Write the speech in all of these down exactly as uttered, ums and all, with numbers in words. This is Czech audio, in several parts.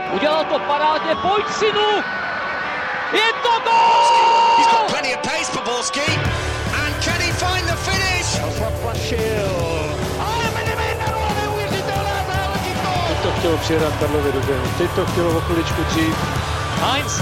Udělal to parádně, pojď synu! Je to gól! He's got plenty of pace for Borski. And can he find the finish? Ale Medemejneru, neuvěřitelná záležitost! Teď to chtělo přijedat Karlově do běhu, teď to chtělo o chviličku dřív. Heinz!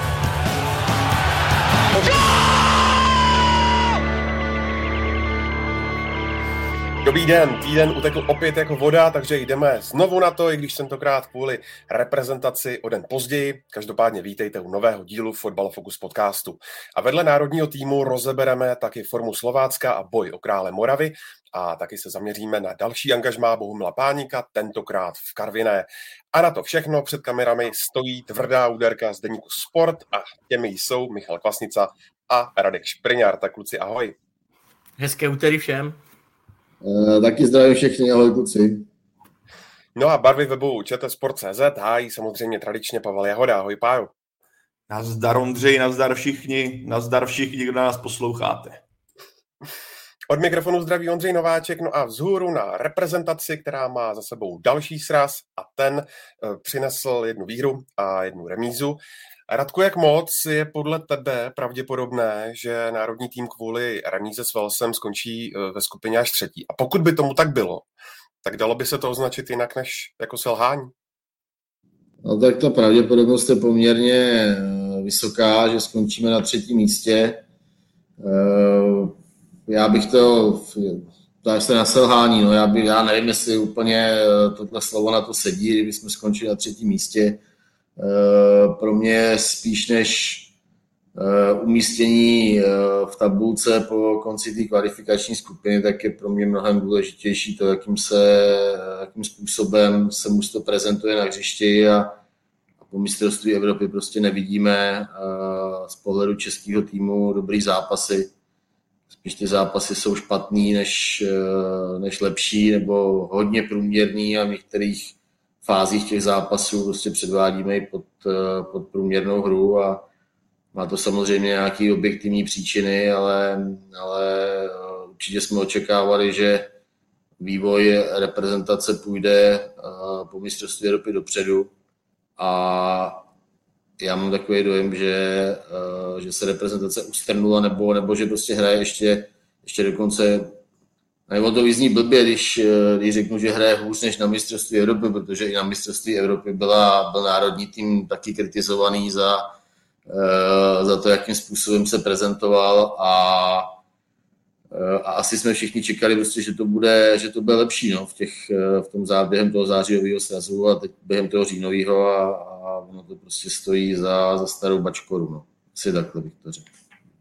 Dobrý den, týden utekl opět jako voda, takže jdeme znovu na to, i když tentokrát kvůli reprezentaci o den později. Každopádně vítejte u nového dílu Fotbal Focus podcastu. A vedle národního týmu rozebereme taky formu Slovácka a boj o krále Moravy a taky se zaměříme na další angažmá Bohumila Páníka, tentokrát v Karviné. A na to všechno před kamerami stojí tvrdá úderka z deníku Sport a těmi jsou Michal Kvasnica a Radek Špriňár. Tak kluci, ahoj. Hezké úterý všem. Uh, taky zdravím všechny, ahoj kluci. No a barvy webu čtsport tečka cé zet hájí samozřejmě tradičně Pavel Jahoda. Ahoj Pájo. Nazdar Ondřej, nazdar všichni, nazdar všichni, kdo nás posloucháte. Od mikrofonu zdraví Ondřej Nováček, no a vzhůru na reprezentaci, která má za sebou další sraz a ten uh, přinesl jednu výhru a jednu remízu. Radku, jak moc je podle tebe pravděpodobné, že národní tým kvůli remíze s Walesem skončí ve skupině až třetí? A pokud by tomu tak bylo, tak dalo by se to označit jinak než jako selhání? No tak ta pravděpodobnost je poměrně vysoká, že skončíme na třetím místě. Já bych to, ptáš se na selhání, no já, by, já nevím, jestli úplně tohle slovo na to sedí, kdyby jsme skončili na třetím místě. Pro mě spíš než umístění v tabulce po konci té kvalifikační skupiny, tak je pro mě mnohem důležitější to, jakým, se, jakým způsobem se mužstvo prezentuje na hřišti a, a po mistrovství Evropy prostě nevidíme z pohledu českého týmu dobrý zápasy. Spíš ty zápasy jsou špatný než, než lepší nebo hodně průměrný a v některých fázích těch zápasů prostě předvádíme i pod, pod průměrnou hru a má to samozřejmě nějaké objektivní příčiny, ale, ale určitě jsme očekávali, že vývoj reprezentace půjde po mistrovství Evropy dopředu a já mám takový dojem, že, že se reprezentace ustrnula nebo, nebo že prostě hraje ještě, ještě dokonce. Nebo to vyzní blbě, když, když řeknu, že hraje hůř než na mistrovství Evropy, protože i na mistrovství Evropy byla, byl národní tým taky kritizovaný za, za to, jakým způsobem se prezentoval a, a asi jsme všichni čekali, prostě, že, to bude, že to bude lepší no, v, těch, v tom zá, během toho zářijového srazu a teď během toho říjnového a, a ono to prostě stojí za, za starou bačkoru. No. Asi takhle bych to řekl.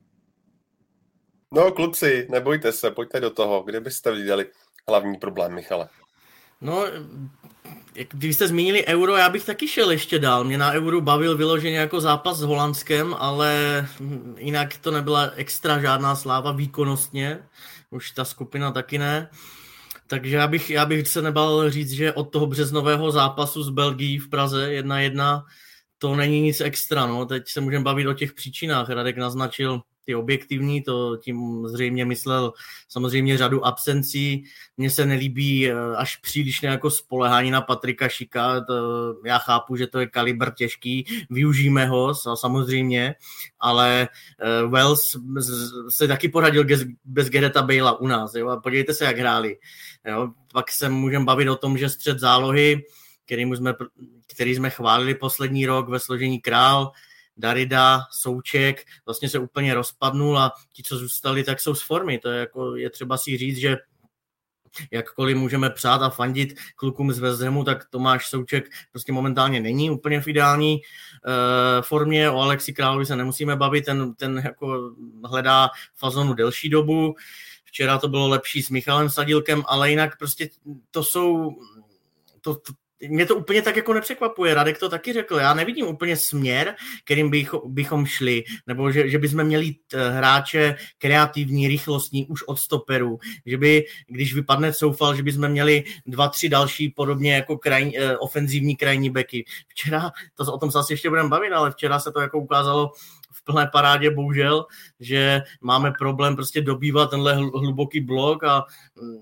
No kluci, nebojte se, pojďte do toho. Kde byste viděli hlavní problém, Michale? No, když jste zmínili Euro, já bych taky šel ještě dál. Mě na Euro bavil vyloženě jako zápas s Holandskem, ale jinak to nebyla extra žádná sláva výkonnostně. Už ta skupina taky ne. Takže já bych, já bych se nebál říct, že od toho březnového zápasu s Belgií v Praze jedna jedna to není nic extra. No. Teď se můžeme bavit o těch příčinách. Radek naznačil ty objektivní, to tím zřejmě myslel samozřejmě řadu absencí. Mně se nelíbí až příliš jako spolehání na Patrika Šika. To, já chápu, že to je kalibr těžký, využijeme ho samozřejmě, ale uh, Wales se taky poradil bez Gareta Balea u nás. Jo? A podívejte se, jak hráli. Jo? Pak se můžeme bavit o tom, že střed zálohy, který jsme, který jsme chválili poslední rok ve složení Král, Darida, Souček, vlastně se úplně rozpadnul a ti, co zůstali, tak jsou z formy. To je, jako, je třeba si říct, že jakkoliv můžeme přát a fandit klukům z West Hamu, tak Tomáš Souček prostě momentálně není úplně v ideální uh, formě. O Alexi Královi se nemusíme bavit, ten, ten jako hledá fazonu delší dobu. Včera to bylo lepší s Michalem Sadílkem, ale jinak prostě to jsou... To, to, mě to úplně tak jako nepřekvapuje, Radek to taky řekl, já nevidím úplně směr, kterým bych, bychom šli, nebo že, že bychom měli hráče kreativní, rychlostní už od stoperů, že by, když vypadne Coufal, že bychom měli dva, tři další podobně jako kraj, eh, ofenzivní krajní beky. Včera, to, o tom se asi ještě budeme bavit, ale včera se to jako ukázalo v plné parádě, bohužel, že máme problém prostě dobývat tenhle hluboký blok a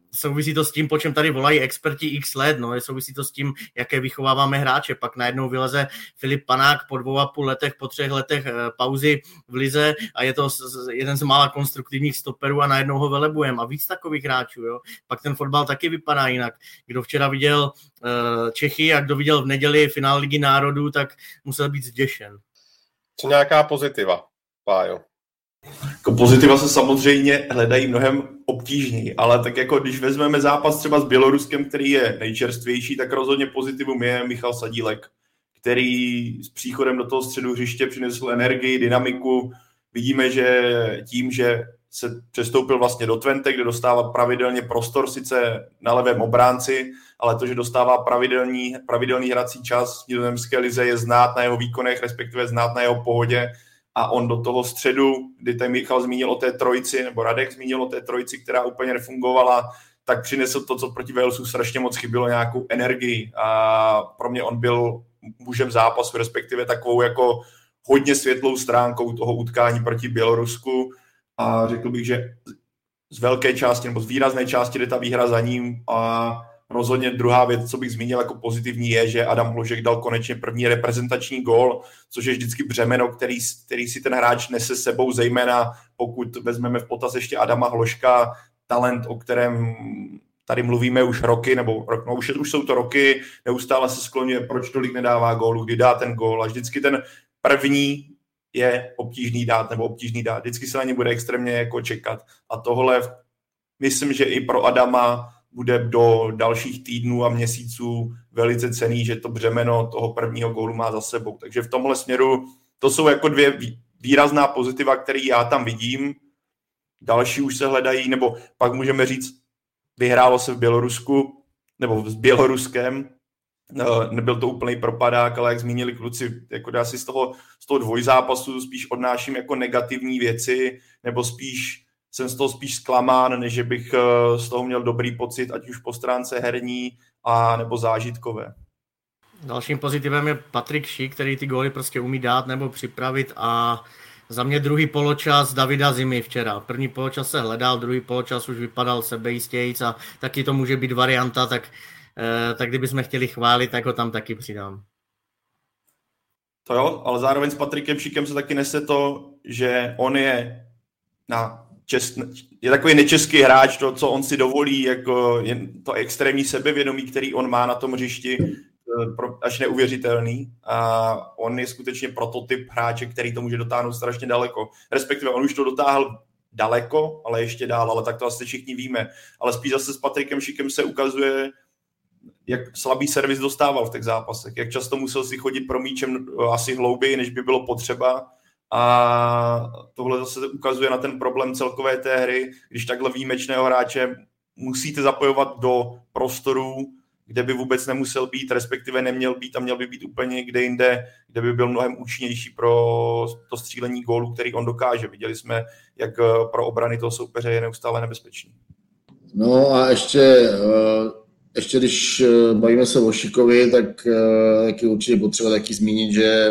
souvisí to s tím, po čem tady volají experti x let, no, souvisí to s tím, jaké vychováváme hráče. Pak najednou vyleze Filip Panák po dvou a půl letech, po třech letech pauzy v lize a je to jeden z mála konstruktivních stoperů a najednou ho velebujeme a víc takových hráčů, jo. Pak ten fotbal taky vypadá jinak. Kdo včera viděl uh, Čechy a kdo viděl v neděli finál Ligy národů, tak musel být zděšen. Co nějaká pozitiva, Pájo? Jako pozitiva se samozřejmě hledají mnohem obtížněji, ale tak jako když vezmeme zápas třeba s Běloruskem, který je nejčerstvější, tak rozhodně pozitivum je Michal Sadílek, který s příchodem do toho středu hřiště přinesl energii, dynamiku. Vidíme, že tím, že se přestoupil vlastně do Twente, kde dostává pravidelně prostor, sice na levém obránci, ale to, že dostává pravidelný, pravidelný hrací čas v nizozemské lize, je znát na jeho výkonech, respektive znát na jeho pohodě. A on do toho středu, kdy ten Michal zmínil o té trojici, nebo Radek zmínil o té trojici, která úplně nefungovala, tak přinesl to, co proti Walesu strašně moc chybilo, nějakou energii. A pro mě on byl mužem zápasu, respektive takovou jako hodně světlou stránkou toho utkání proti Bělorusku. A řekl bych, že z velké části, nebo z výrazné části jde ta výhra za ním. A rozhodně druhá věc, co bych zmínil jako pozitivní, je, že Adam Hložek dal konečně první reprezentační gól, což je vždycky břemeno, který, který si ten hráč nese s sebou, zejména pokud vezmeme v potaz ještě Adama Hložka, talent, o kterém tady mluvíme už roky, nebo no, už, už jsou to roky, neustále se skloňuje, proč tolik nedává gólu, kdy dá ten gól a vždycky ten první je obtížný dát, nebo obtížný dát. Vždycky se na ně bude extrémně jako čekat. A tohle myslím, že i pro Adama bude do dalších týdnů a měsíců velice cenný, že to břemeno toho prvního gólu má za sebou. Takže v tomhle směru to jsou jako dvě výrazná pozitiva, které já tam vidím. Další už se hledají, nebo pak můžeme říct, vyhrálo se v Bělorusku, nebo s Běloruskem. Nebyl to úplný propadák, ale jak zmínili kluci, jako já si z toho, z toho dvojzápasu spíš odnáším jako negativní věci, nebo spíš jsem z toho spíš zklamán, než že bych z toho měl dobrý pocit, ať už po stránce herní a nebo zážitkové. Dalším pozitivem je Patrik Šík, který ty góly prostě umí dát nebo připravit a za mě druhý poločas Davida Zimy včera. První poločas se hledal, druhý poločas už vypadal sebejistějíc a taky to může být varianta, tak, eh, tak kdybychom chtěli chválit, tak ho tam taky přidám. To jo, ale zároveň s Patrikem Šíkem se taky nese to, že on je na Čest, je takový nečeský hráč, to, co on si dovolí, jako je to extrémní sebevědomí, který on má na tom hřišti, až neuvěřitelný. A on je skutečně prototyp hráče, který to může dotáhnout strašně daleko. Respektive on už to dotáhl daleko, ale ještě dál, ale tak to asi všichni víme. Ale spíš zase s Patrikem Šikem se ukazuje, jak slabý servis dostával v těch zápasech, jak často musel si chodit pro míčem asi hlouběji, než by bylo potřeba. A tohle zase ukazuje na ten problém celkové té hry, když takhle výjimečného hráče musíte zapojovat do prostorů, kde by vůbec nemusel být, respektive neměl být a měl by být úplně někde jinde, kde by byl mnohem účinnější pro to střílení gólů, který on dokáže. Viděli jsme, jak pro obrany toho soupeře je neustále nebezpečný. No a ještě, ještě když bavíme se o Šikovi, tak je určitě potřeba taky zmínit, že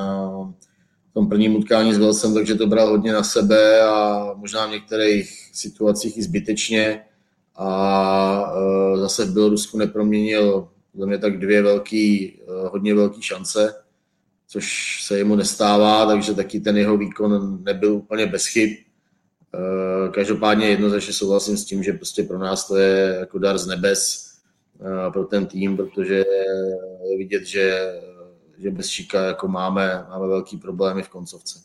v tom prvním utkání s Walesem, takže to bral hodně na sebe a možná v některých situacích i zbytečně. A zase v Bělorusku neproměnil za mě tak dvě velký, hodně velký šance, což se jemu nestává, takže taky ten jeho výkon nebyl úplně bez chyb. Každopádně jednoznačně souhlasím s tím, že prostě pro nás to je jako dar z nebes pro ten tým, protože je vidět, že že bez Šíka jako máme, máme velký problémy v koncovce.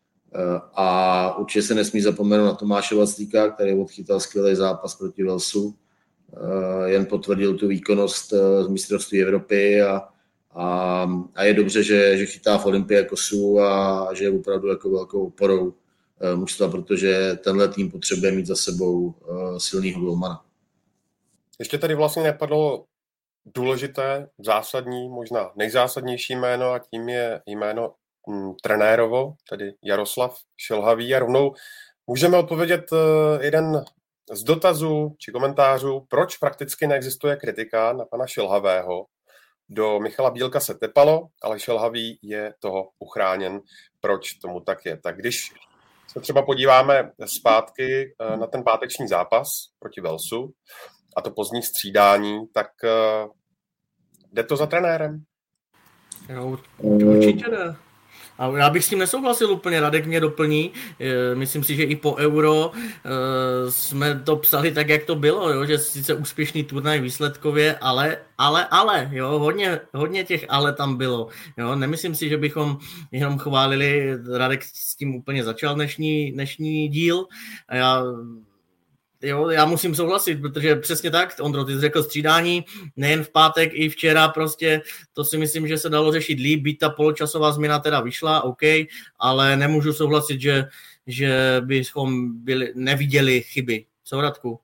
A určitě se nesmí zapomenout na Tomáše Vaclíka, který odchytal skvělý zápas proti Walesu. Jen potvrdil tu výkonnost z mistrovství Evropy a, a, a je dobře, že, že chytá v Olympiakosu a že je opravdu jako velkou oporou mužstva, protože tenhle tým potřebuje mít za sebou silnýho golmana. Ještě tady vlastně nepadlo důležité, zásadní, možná nejzásadnější jméno a tím je jméno m, trenérovo, tedy Jaroslav Šilhavý. A rovnou můžeme odpovědět uh, jeden z dotazů či komentářů, proč prakticky neexistuje kritika na pana Šilhavého. Do Michala Bílka se tepalo, ale Šilhavý je toho uchráněn. Proč tomu tak je? Tak když se třeba podíváme zpátky uh, na ten páteční zápas proti Walesu, a to pozdní střídání, tak uh, jde to za trenérem? Jo, určitě ne. A já bych s tím nesouhlasil úplně, Radek mě doplní. Myslím si, že i po Euro jsme to psali tak, jak to bylo, jo? Že sice úspěšný turnaj výsledkově, ale, ale, ale, jo? Hodně, hodně těch ale tam bylo. Jo? Nemyslím si, že bychom jenom chválili, Radek s tím úplně začal dnešní, dnešní díl. A já Jo, já musím souhlasit, protože přesně tak, Ondro, ty jsi řekl střídání, nejen v pátek, i včera prostě, to si myslím, že se dalo řešit líp, byť ta poločasová změna teda vyšla, OK, ale nemůžu souhlasit, že, že bychom byli, neviděli chyby. Co, Radku?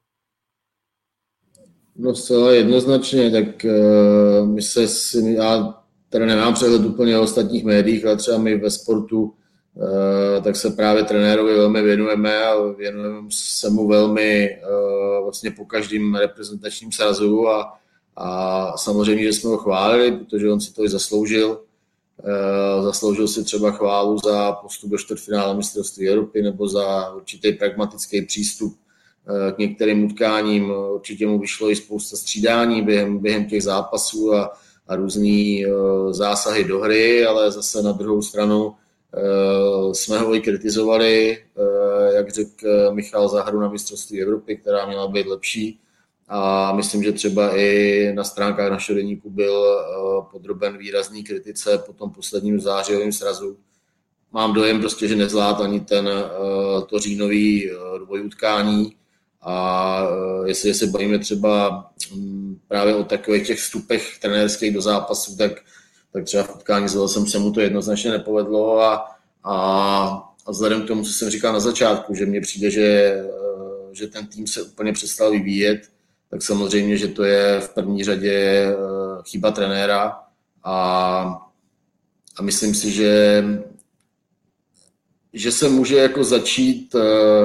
No zcela jednoznačně, tak uh, my se, si, já teda nemám přehled úplně o ostatních médiích, ale třeba my ve sportu Uh, tak se právě trenérovi velmi věnujeme a věnujeme se mu velmi uh, vlastně po každém reprezentačním srazu a, a samozřejmě, že jsme ho chválili, protože on si to i zasloužil. Uh, zasloužil si třeba chválu za postup do čtvrtfinále mistrovství Evropy nebo za určitý pragmatický přístup uh, k některým utkáním. Určitě mu vyšlo i spousta střídání během, během těch zápasů a, a různý uh, zásahy do hry, ale zase na druhou stranu Uh, jsme ho i kritizovali, uh, jak řekl Michal, za hru na mistrovství Evropy, která měla být lepší. A myslím, že třeba i na stránkách našeho deníku byl uh, podroben výrazný kritice po tom posledním zářijovém srazu. Mám dojem prostě, že nezvládl ani ten uh, to říjnový uh, dvojutkání. A uh, jestli se bavíme třeba um, právě o takových těch vstupech trenérských do zápasu, tak tak třeba v utkání s Walesem se mu to jednoznačně nepovedlo a, a, a vzhledem k tomu, co jsem říkal na začátku, že mně přijde, že, že ten tým se úplně přestal vyvíjet, tak samozřejmě, že to je v první řadě chyba trenéra a, a myslím si, že, že se může jako začít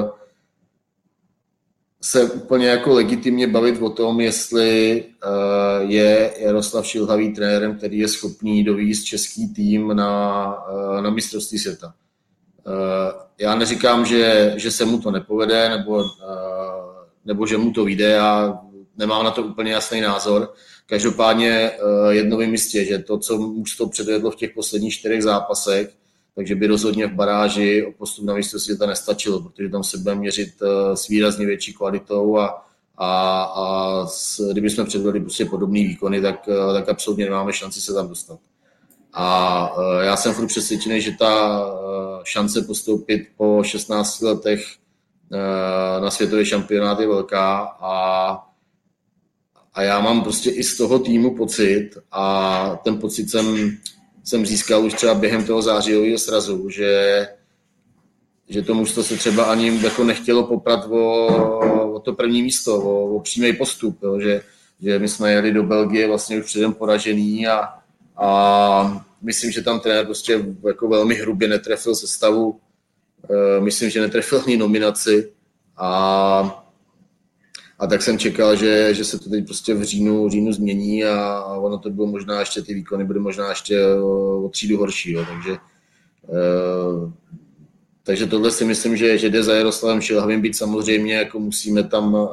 se úplně jako legitimně bavit o tom, jestli uh, je Jaroslav Šilhavý trenérem, který je schopný dovést český tým na, uh, na mistrovství světa. Uh, já neříkám, že, že se mu to nepovede, nebo, uh, nebo že mu to vyjde, já nemám na to úplně jasný názor. Každopádně uh, jedno vím jistě, že to, co mužstvo předvedlo v těch posledních čtyřech zápasech, takže by rozhodně v baráži o postup na mistrovství světa nestačilo, protože tam se budeme měřit s výrazně větší kvalitou a, a, a s, kdyby jsme předvedli prostě podobný výkony, tak, tak absolutně nemáme šanci se tam dostat. A já jsem furt přesvědčený, že ta šance postoupit po šestnácti letech na světový šampionát je velká a, a já mám prostě i z toho týmu pocit a ten pocit jsem jsem získal už třeba během toho zářijového srazu, že, že to mužstvo se třeba ani jako nechtělo poprat o, o to první místo, o, o přímý postup, jo, že, že my jsme jeli do Belgie vlastně už předem poražený a, a myslím, že tam trenér prostě jako velmi hrubě netrefil sestavu, myslím, že netrefil ani nominaci a A tak jsem čekal, že, že se to teď prostě v říjnu, říjnu změní a, a ono to bylo možná ještě, ty výkony byly možná ještě o, o třídu horší. Jo. Takže, e, takže tohle si myslím, že, že jde za Jaroslavem Šilhavým, být samozřejmě, jako musíme tam e,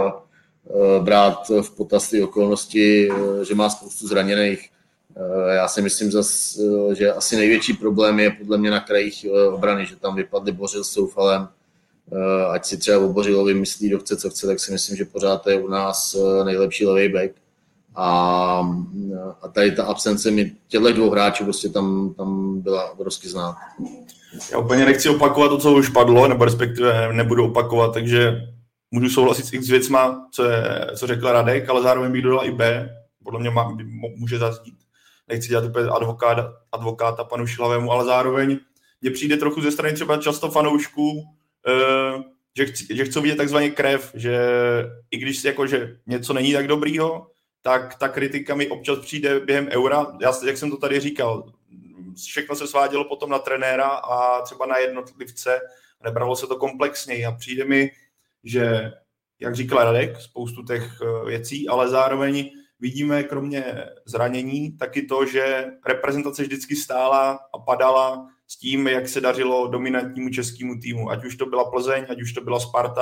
e, brát v potaz ty okolnosti, e, že má spoustu zraněných. E, já si myslím, zas, e, že asi největší problém je podle mě na krajích e, obrany, že tam vypadli Bořil s Soufalem. Ať si třeba o Bořilovi myslí, kdo chce, co chce, tak si myslím, že pořád je u nás nejlepší levý back. A, a tady ta absence mi těchto dvou hráčů prostě tam, tam byla obrovsky znát. Já úplně nechci opakovat to, co už padlo, nebo respektive nebudu opakovat, takže můžu souhlasit s x věcma, co, je, co řekl Radek, ale zároveň bych dodal i B. Podle mě má, může zazdít. Nechci dělat úplně advokáta, advokáta panu Šilhavému, ale zároveň mně přijde trochu ze strany třeba často fanoušků, Uh, že, chci, že chcou vidět takzvaně krev, že i když si jako, že něco není tak dobrýho, tak ta kritika mi občas přijde během Eura. Já, jak jsem to tady říkal, všechno se svádělo potom na trenéra a třeba na jednotlivce, nebralo se to komplexněji a přijde mi, že, jak říkal Radek, spoustu těch věcí, ale zároveň vidíme kromě zranění taky to, že reprezentace vždycky stála a padala s tím, jak se dařilo dominantnímu českému týmu. Ať už to byla Plzeň, ať už to byla Sparta,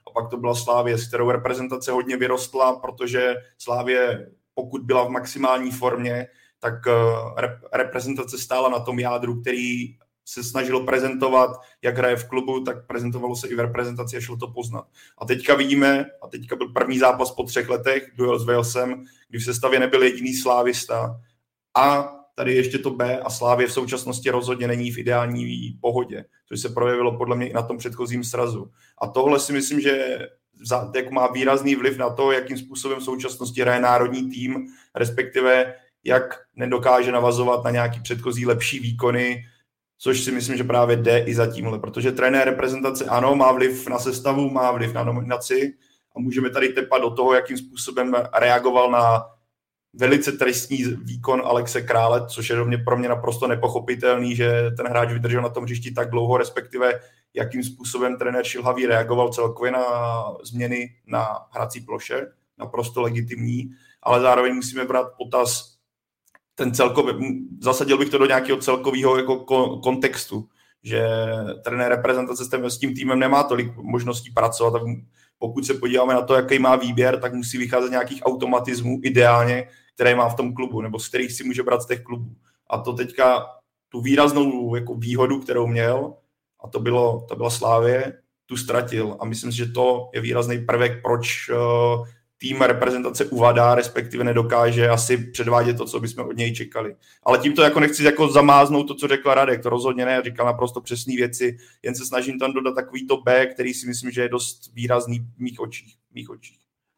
a pak to byla Slavie, s kterou reprezentace hodně vyrostla, protože Slavie, pokud byla v maximální formě, tak reprezentace stála na tom jádru, který se snažilo prezentovat, jak hraje v klubu, tak prezentovalo se i v reprezentaci a šlo to poznat. A teďka vidíme, a teďka byl první zápas po třech letech, duel s Walesem, kdy v sestavě nebyl jediný slávista. A tady ještě to B a Slavie v současnosti rozhodně není v ideální pohodě, což se projevilo podle mě i na tom předchozím srazu. A tohle si myslím, že jako má výrazný vliv na to, jakým způsobem v současnosti hraje národní tým, respektive jak nedokáže navazovat na nějaký předchozí lepší výkony, což si myslím, že právě jde i za tímhle, protože trenér reprezentace ano, má vliv na sestavu, má vliv na nominaci a můžeme tady tepat do toho, jakým způsobem reagoval na velice tristní výkon Alexe Krále, což je pro mě naprosto nepochopitelný, že ten hráč vydržel na tom hřišti tak dlouho, respektive jakým způsobem trenér Šilhavý reagoval celkově na změny na hrací ploše, naprosto legitimní, ale zároveň musíme brát potaz ten celkový, zasadil bych to do nějakého celkového jako kontextu, že trenér reprezentace s tím týmem nemá tolik možností pracovat, tak pokud se podíváme na to, jaký má výběr, tak musí vycházet z nějakých automatismů ideálně, které má v tom klubu, nebo z kterých si může brát z těch klubů. A to teďka tu výraznou jako výhodu, kterou měl, a to, bylo, to byla Slavie, tu ztratil. A myslím si, že to je výrazný prvek, proč uh, tým reprezentace uvadá, respektive nedokáže asi předvádět to, co bychom od něj čekali. Ale tímto jako nechci jako zamáznout to, co řekl Radek, to rozhodně ne, říkal naprosto přesné věci, jen se snažím tam dodat takový to B, který si myslím, že je dost výrazný v mých očích. V mých očích.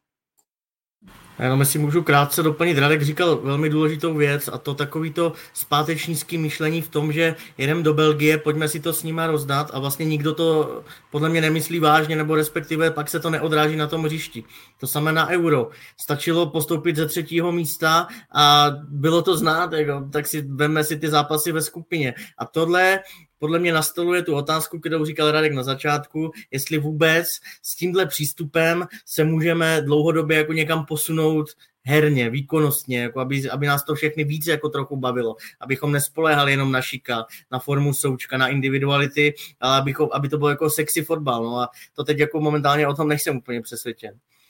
Jenom jestli můžu krátce doplnit, Radek říkal velmi důležitou věc a to takový to zpátečnický myšlení v tom, že jedem do Belgie, pojďme si to s nima rozdat a vlastně nikdo to podle mě nemyslí vážně, nebo respektive pak se to neodráží na tom hřišti. To samé na Euro. Stačilo postoupit ze třetího místa a bylo to znát, jako, tak si veme si ty zápasy ve skupině. A tohle podle mě nastoluje tu otázku, kterou říkal Radek na začátku, jestli vůbec s tímhle přístupem se můžeme dlouhodobě jako někam posunout herně, výkonnostně, jako aby, aby nás to všechny víc jako trochu bavilo, abychom nespoléhali jenom na šika, na formu Součka, na individuality, ale abychom, aby to bylo jako sexy fotbal. No a to teď jako momentálně o tom nejsem úplně přesvědčen.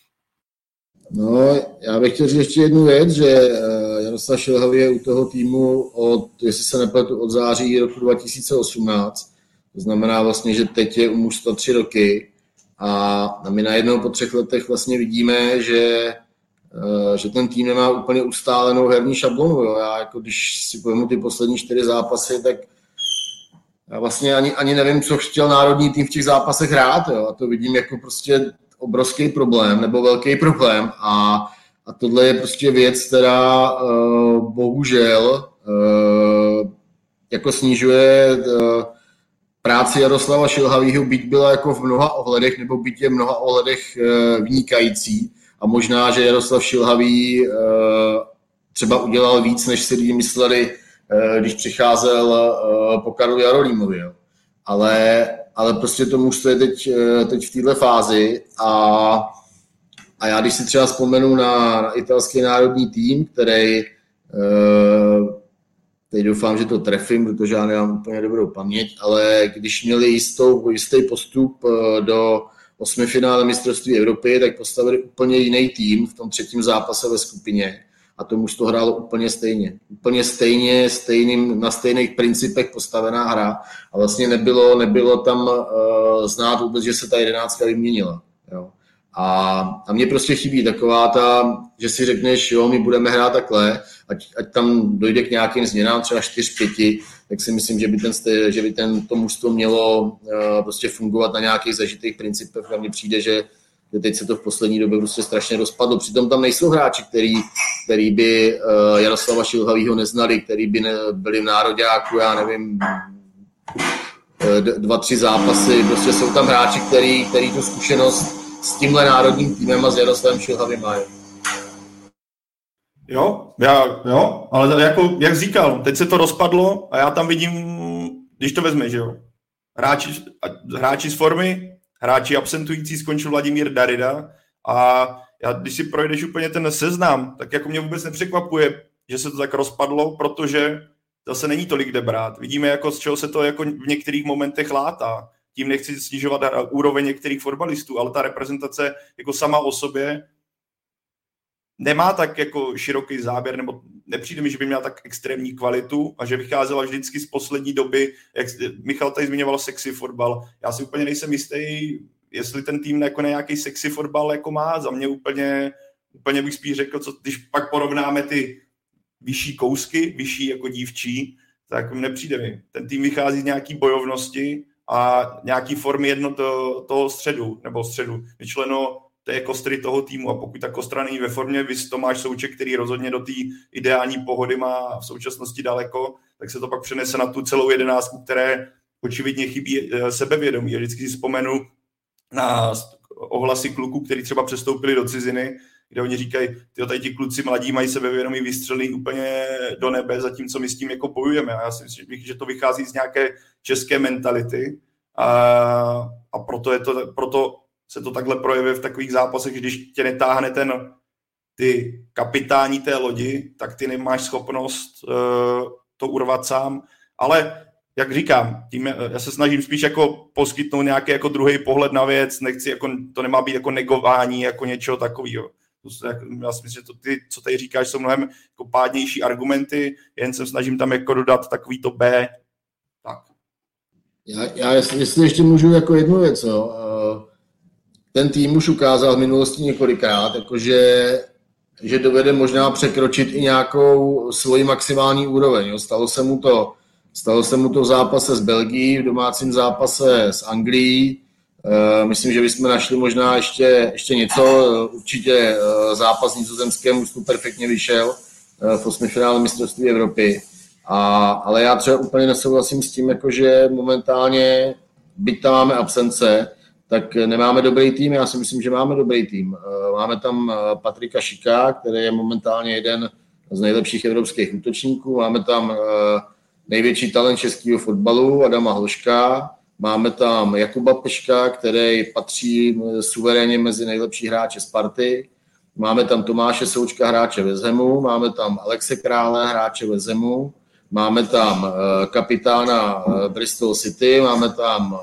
No, já bych chtěl říct ještě jednu věc, že Jaroslav Šilhavý je u toho týmu od, jestli se nepletu, od září roku dva tisíce osmnáct. To znamená vlastně, že teď je u mužstva tři roky a my najednou po třech letech vlastně vidíme, že, že ten tým nemá úplně ustálenou herní šablonu. Jo. Já jako když si pojmu ty poslední čtyři zápasy, tak já vlastně ani, ani nevím, co chtěl národní tým v těch zápasech hrát. Jo. A to vidím jako prostě obrovský problém, nebo velký problém a, a tohle je prostě věc, která uh, bohužel uh, jako snižuje uh, práci Jaroslava Šilhavýho, byť byla jako v mnoha ohledech, nebo byť je v mnoha ohledech uh, vynikající a možná, že Jaroslav Šilhavý uh, třeba udělal víc, než si lidi mysleli, uh, když přicházel uh, po Karlu Jarolímovi, jo. Ale ale prostě to mužstvo je teď, teď v této fázi a, a já když si třeba vzpomenu na, na italský národní tým, který teď doufám, že to trefím, protože já nemám úplně dobrou paměť, ale když měli jistou, jistý postup do osmifinále mistrovství Evropy, tak postavili úplně jiný tým v tom třetím zápase ve skupině. A to mužstvo hrálo úplně stejně. Úplně stejně, stejným, na stejných principech postavená hra. A vlastně nebylo, nebylo tam uh, znát vůbec, že se ta jedenáctka vyměnila. Jo. A, a mně prostě chybí taková ta, že si řekneš, jo, my budeme hrát takhle, ať, ať tam dojde k nějakým změnám, třeba čtyři pět, tak si myslím, že by, ten, že by ten, to mužstvo mělo uh, prostě fungovat na nějakých zažitých principech. A mně přijde, že že teď se to v poslední době prostě strašně rozpadlo. Přitom tam nejsou hráči, který, který by uh, Jaroslava Šilhavýho neznali, který by ne, byli v nároďáku, já nevím, dva, tři zápasy. Prostě jsou tam hráči, který, který tu zkušenost s tímhle národním týmem a s Jaroslavem Šilhavým mají. Jo, já, jo, ale jako, jak říkal, teď se to rozpadlo a já tam vidím, když to vezme, že jo, hráči, hráči z formy, hráči absentující, skončil Vladimír Darida a já, když si projdeš úplně ten seznam, tak jako mě vůbec nepřekvapuje, že se to tak rozpadlo, protože zase není tolik kde brát. Vidíme, jako z čeho se to jako v některých momentech látá. tím nechci snižovat úroveň některých fotbalistů, ale ta reprezentace jako sama o sobě nemá tak jako široký záběr, nebo nepřijde mi, že by měla tak extrémní kvalitu a že vycházela vždycky z poslední doby, jak Michal tady zmiňoval sexy fotbal. Já si úplně nejsem jistý, jestli ten tým jako nějaký sexy fotbal jako má. Za mě úplně, úplně bych spíš řekl, co, když pak porovnáme ty vyšší kousky, vyšší jako dívčí, tak nepřijde mi. Ten tým vychází z nějaký bojovnosti a nějaký formy jedno to, toho středu, nebo středu. Myšleno té kostry toho týmu a pokud ta kostra není ve formě, vys Tomáš Souček, který rozhodně do té ideální pohody má v současnosti daleko, tak se to pak přenese na tu celou jedenáctku, které očividně chybí sebevědomí. Já vždycky si vzpomenu na ohlasy kluků, kteří třeba přestoupili do ciziny, kde oni říkají, tyjo, tady ti kluci mladí mají sebevědomí vystřelí úplně do nebe, zatímco my s tím jako bojujeme. A já si myslím, že to vychází z nějaké české mentality a, a proto, je to, proto se to takhle projevuje v takových zápasech, že když tě netáhne ten ty kapitání té lodi, tak ty nemáš schopnost uh, to urvat sám. Ale jak říkám, tím já se snažím spíš jako poskytnout nějaký jako druhý pohled na věc, nechci jako, to nemá být jako negování, jako něčeho takového. Já si myslím, že to ty, co tady říkáš, jsou mnohem jako pádnější argumenty, jen se snažím tam jako dodat takový to B. Tak. Já, já jestli, jestli ještě můžu jako jednu věc, jo. Ten tým už ukázal v minulosti několikrát, jakože, že dovede možná překročit i nějakou svoji maximální úroveň. Jo. Stalo se mu to Stalo se mu to v zápase s Belgií, v domácím zápase s Anglií. Myslím, že bychom našli možná ještě, ještě něco. Určitě zápas s Nizozemském už tu perfektně vyšel v osmifinále mistrovství Evropy. A, ale já třeba úplně nesouhlasím s tím, jakože momentálně, byť tam máme absence, tak nemáme dobrý tým. Já si myslím, že máme dobrý tým. Máme tam Patrika Šika, který je momentálně jeden z nejlepších evropských útočníků. Máme tam největší talent českého fotbalu, Adama Hloška. Máme tam Jakuba Peška, který patří suverénně mezi nejlepší hráče Sparty. Máme tam Tomáše Součka, hráče West Hamu. Máme tam Alexe Krále, hráče West Hamu. Máme tam kapitána Bristol City. Máme tam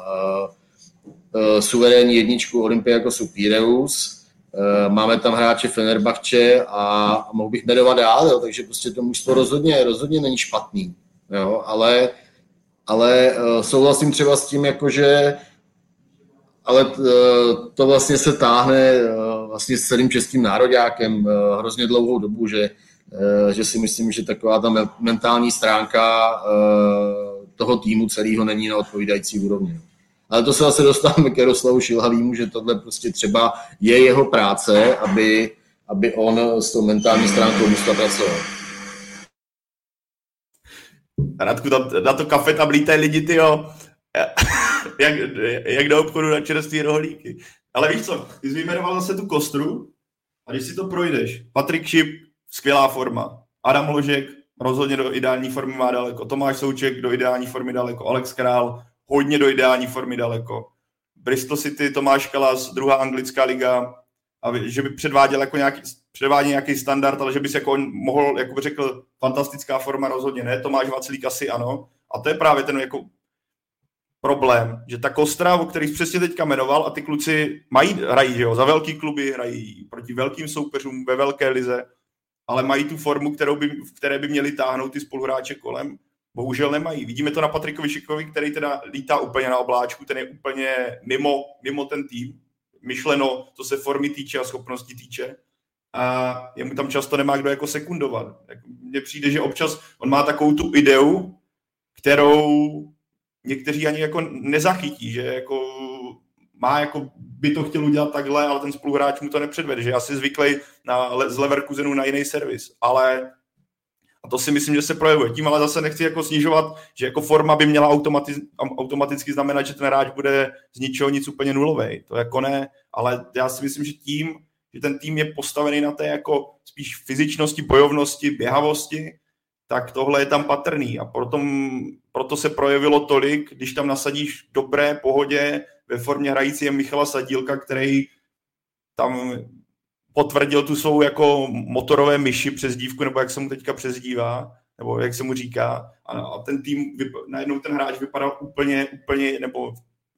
suverénní jedničku Olympiakosu Piraeus. Máme tam hráče Fenerbahče a mohl bych jmenovat dál, jo, takže prostě to mužstvo rozhodně, rozhodně není špatný. Jo, ale, ale souhlasím třeba s tím, jakože ale to vlastně se táhne vlastně s celým českým nároďákem hrozně dlouhou dobu, že, že si myslím, že taková ta mentální stránka toho týmu celého není na odpovídající úrovni. Ale to se zase dostáváme k Jaroslavu Šilhavýmu, že tohle prostě třeba je jeho práce, aby, aby on s tou mentální stránkou musel pracovat. Radku, na to kafe tam lítají lidi, tyjo, jak, jak do obchodu na čerstvý rohlíky. Ale víš co, ty jsi vyjmenoval zase tu kostru a když si to projdeš, Patrik Šip, skvělá forma, Adam Hložek, rozhodně do ideální formy má daleko, Tomáš Souček do ideální formy daleko, Alex Král, hodně do ideální formy daleko, Bristol City, Tomáš Kalas, druhá anglická liga, a že by předváděl jako nějaký, předváděl nějaký standard, ale že bys jako mohl, jako by řekl, fantastická forma rozhodně ne, Tomáš Vaclík asi ano. A to je právě ten jako problém, že ta kostra, o kterých přesně teďka jmenoval, a ty kluci mají, hrají, že jo, za velký kluby, hrají proti velkým soupeřům ve velké lize, ale mají tu formu, kterou by, v které by měli táhnout ty spoluhráče kolem. Bohužel nemají. Vidíme to na Patrikovi Šikovi, který teda lítá úplně na obláčku, ten je úplně mimo, mimo ten tým. Myšleno, co se formy týče a schopnosti týče. A jemu tam často nemá kdo jako sekundovat. Mně přijde, že občas on má takovou tu ideu, kterou někteří ani jako nezachytí, že jako má jako by to chtěl udělat takhle, ale ten spoluhráč mu to nepředvede, že je asi zvyklý na, z Leverkusenu na jiný servis. Ale a to si myslím, že se projevuje. Tím ale zase nechci jako snižovat, že jako forma by měla automatiz, automaticky znamenat, že ten hráč bude z ničeho nic úplně nulovej. To jako ne, ale já si myslím, že tím, že ten tým je postavený na té jako spíš fyzičnosti, bojovnosti, běhavosti, tak tohle je tam patrný. A proto, proto se projevilo tolik, když tam nasadíš dobré pohodě ve formě hrající Michala Sadílka, který tam potvrdil tu svou jako motorové myši přezdívku, nebo jak se mu teďka přezdívá, nebo jak se mu říká. A ten tým, najednou ten hráč vypadal úplně, úplně, nebo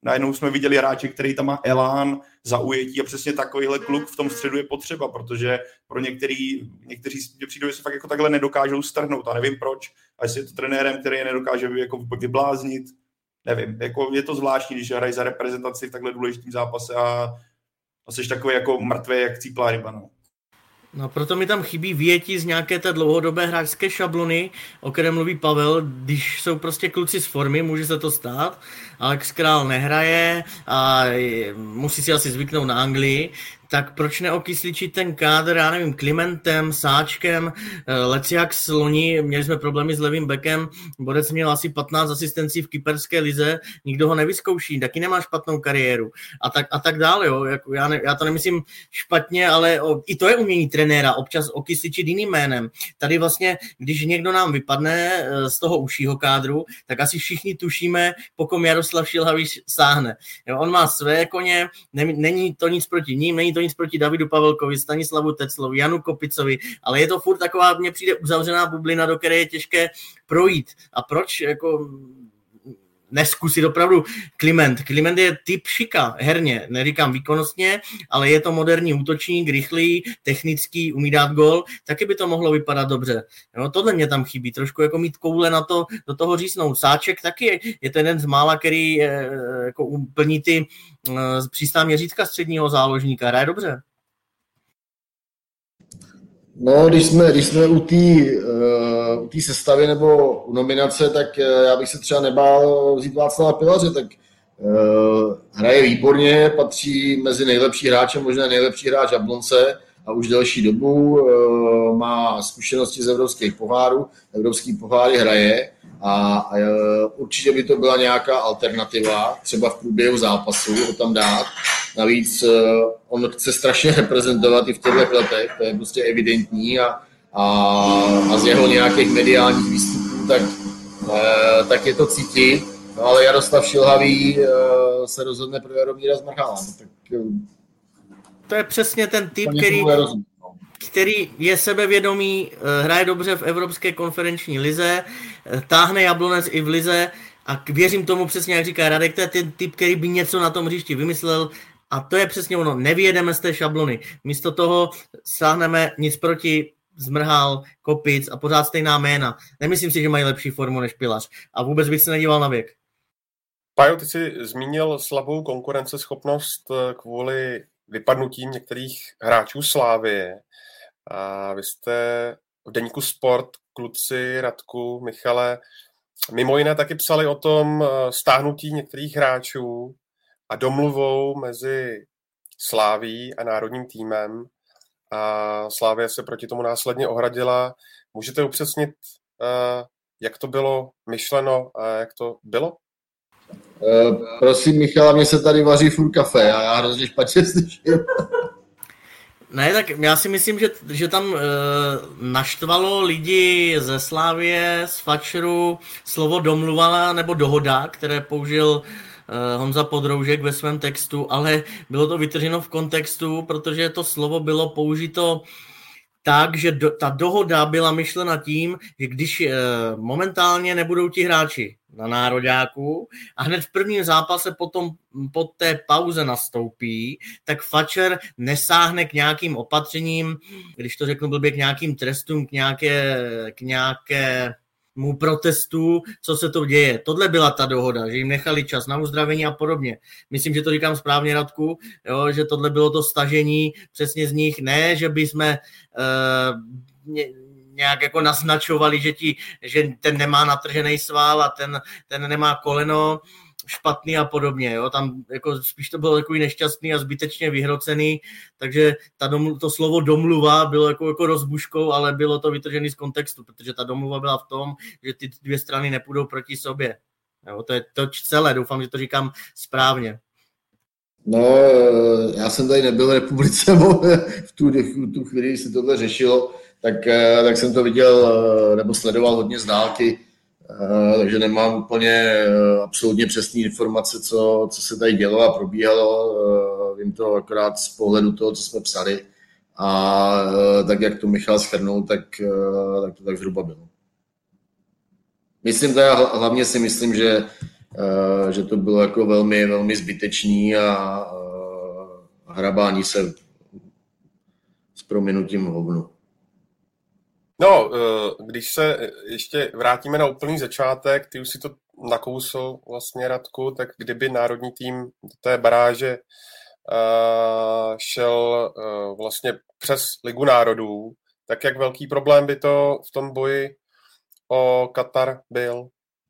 Najednou jsme viděli hráče, který tam má elán, zaujetí a přesně takovýhle kluk v tom středu je potřeba, protože pro některý, někteří přijdou, že se fakt jako takhle nedokážou strhnout a nevím proč. A jestli je to trenérem, který je nedokáže jako vybláznit, nevím. Jako je to zvláštní, když hrají za reprezentaci v takhle důležitém zápase a, a jsi takový jako mrtvý, jak cíplá ryba. No. No proto mi tam chybí vyjetí z nějaké té dlouhodobé hráčské šablony, o které mluví Pavel, když jsou prostě kluci z formy, může se to stát. Alex Král nehraje a musí si asi zvyknout na Anglii, tak proč neokysličit ten kádr, já nevím, Klimentem, Sáčkem, Leciak loni, měli jsme problémy s levým bekem, Borec měl asi patnáct asistencí v kyperské lize, nikdo ho nevyzkouší, taky nemá špatnou kariéru a tak, a tak dále, jo. Já, ne, já to nemyslím špatně, ale o, i to je umění trenéra, občas okysličit jiným jménem. Tady vlastně, když někdo nám vypadne z toho užšího kádru, tak asi všichni tušíme, po kom Jaroslav Šilhavý sáhne. Jo, on má své koně, ne, není to nic proti ním, není to nic proti Davidu Pavelkovi, Stanislavu Teclovi, Janu Kopicovi, ale je to furt taková, mně přijde uzavřená bublina, do které je těžké projít. A proč jako neskusit opravdu Kliment? Kliment je typ šika, herně, neříkám výkonnostně, ale je to moderní útočník, rychlý, technický, umí dát gól, taky by to mohlo vypadat dobře. No, tohle mě tam chybí, trošku jako mít koule na to, do toho řísnout. Sáček taky je, je to jeden z mála, který je, jako plní ty přísná měřítka středního záložníka, hraje dobře. No, když jsme, když jsme u té uh, u té sestavy nebo u nominace, tak uh, já bych se třeba nebál vzít Václava Pilaře, tak uh, hraje výborně, patří mezi nejlepší hráče, možná nejlepší hráč Jablonce a už delší dobu, uh, má zkušenosti z evropských pohárů, evropský poháry hraje a, a uh, určitě by to byla nějaká alternativa, třeba v průběhu zápasu ho tam dát. Navíc uh, on chce strašně reprezentovat i v těchto letech, to je prostě evidentní a, a, a z jeho nějakých mediálních výstupů, tak, uh, tak je to cítit. No ale Jaroslav Šilhavý uh, se rozhodne pro Jaromíra Zmrhala. Tak, uh, to je přesně ten typ, který, který je sebevědomý, hraje dobře v Evropské konferenční lize, táhne Jablonec i v lize a věřím tomu přesně, jak říká Radek, to je ten typ, který by něco na tom hřišti vymyslel a to je přesně ono, nevyjedeme z té šablony. Místo toho sáhneme nic proti Zmrhal, Kopic a pořád stejná jména. Nemyslím si, že mají lepší formu než Pilař a vůbec bych se nedíval na věk. Pajo, ty jsi zmínil slabou konkurenceschopnost kvůli vypadnutím některých hráčů Slávie. A vy jste v deníku Sport, kluci, Radku, Michale, mimo jiné taky psali o tom stáhnutí některých hráčů a domluvou mezi Sláví a národním týmem. A Slávie se proti tomu následně ohradila. Můžete upřesnit, jak to bylo myšleno a jak to bylo? Uh, prosím, Michala, mě se tady vaří furt kafe a já hrozně špatně slyším. Ne, tak já si myslím, že, že tam e, naštvalo lidi ze Slávie, z Fatscheru, slovo domluvala nebo dohoda, které použil e, Honza Podroužek ve svém textu, ale bylo to vytrženo v kontextu, protože to slovo bylo použito tak, že do, ta dohoda byla myšlena tím, že když e, momentálně nebudou ti hráči na nároďáku a hned v prvním zápase potom po té pauze nastoupí, tak Fatscher nesáhne k nějakým opatřením, když to řeknu blbě, k nějakým trestům, k nějaké, k nějakému protestu, co se to děje. Tohle byla ta dohoda, že jim nechali čas na uzdravení a podobně. Myslím, že to říkám správně, Radku, jo, že tohle bylo to stažení přesně z nich. Ne, že by jsme uh, nějak jako naznačovali, že, ti, že ten nemá natržený sval a ten, ten nemá koleno špatný a podobně. Jo? Tam jako spíš to bylo takový nešťastný a zbytečně vyhrocený, takže ta domlu, to slovo domluva bylo jako, jako rozbuškou, ale bylo to vytržený z kontextu, protože ta domluva byla v tom, že ty dvě strany nepůjdou proti sobě. Jo? To je to celé, doufám, že to říkám správně. No, já jsem tady nebyl v republice v tu, v tu chvíli, kdy se tohle řešilo, tak, tak jsem to viděl nebo sledoval hodně z dálky, takže nemám úplně absolutně přesné informace, co, co se tady dělo a probíhalo. Vím to akorát z pohledu toho, co jsme psali a tak, jak to Michal shrnul, tak, tak to tak zhruba bylo. Myslím, teda hlavně si myslím, že, že to bylo jako velmi, velmi zbytečný a hrabání se s prominutím hovnu. No, když se ještě vrátíme na úplný začátek, ty už si to nakousl vlastně, Radku, tak kdyby národní tým do té baráže uh, šel uh, vlastně přes Ligu národů, tak jak velký problém by to v tom boji o Katar byl?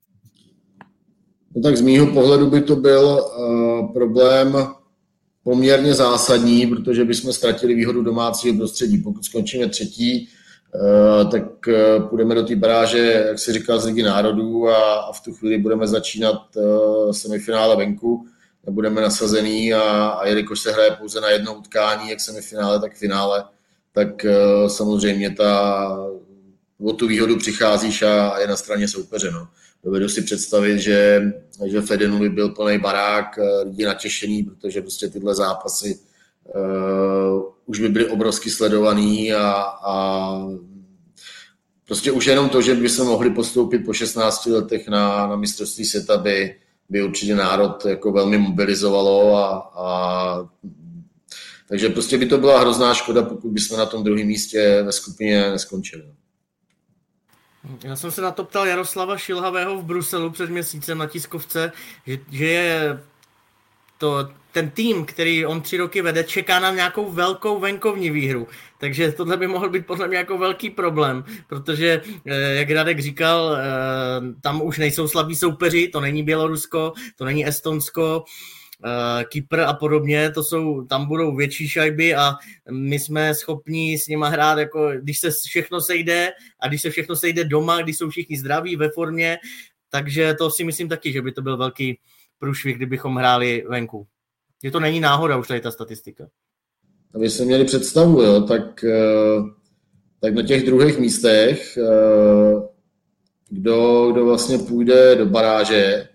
No tak z mýho pohledu by to byl uh, problém poměrně zásadní, protože bychom ztratili výhodu domácího prostředí. Pokud skončíme třetí, uh, tak uh, půjdeme do té baráže, jak si říkal, z Ligy národů a, a v tu chvíli budeme začínat uh, semifinále venku, budeme nasazený a, a jelikož se hraje pouze na jedno utkání, jak semifinále, tak finále, tak uh, samozřejmě ta, o tu výhodu přicházíš a, a je na straně soupeře. No. Dovedu si představit, že, že v Edenu by byl plný barák, lidi natěšený, protože prostě tyhle zápasy uh, už by byly obrovsky sledovaný a, a prostě už jenom to, že by se mohli postoupit po šestnácti letech na, na mistrovství světa, by, by určitě národ jako velmi mobilizovalo a, a takže prostě by to byla hrozná škoda, pokud bychom na tom druhém místě ve skupině neskončili. Já jsem se na to ptal Jaroslava Šilhavého v Bruselu před měsícem na tiskovce, že, že je to, ten tým, který on tři roky vede, čeká na nějakou velkou venkovní výhru. Takže tohle by mohl být podle mě jako velký problém, protože, jak Radek říkal, tam už nejsou slabí soupeři, to není Bělorusko, to není Estonsko, Kypr a podobně, to jsou, tam budou větší šajby a my jsme schopni s nima hrát, jako když se všechno sejde a když se všechno sejde doma, když jsou všichni zdraví, ve formě, takže to si myslím taky, že by to byl velký průšvih, kdybychom hráli venku. Že to není náhoda už tady ta statistika. Aby jsme měli představu, jo, tak, tak na těch druhých místech, kdo, kdo vlastně půjde do baráže,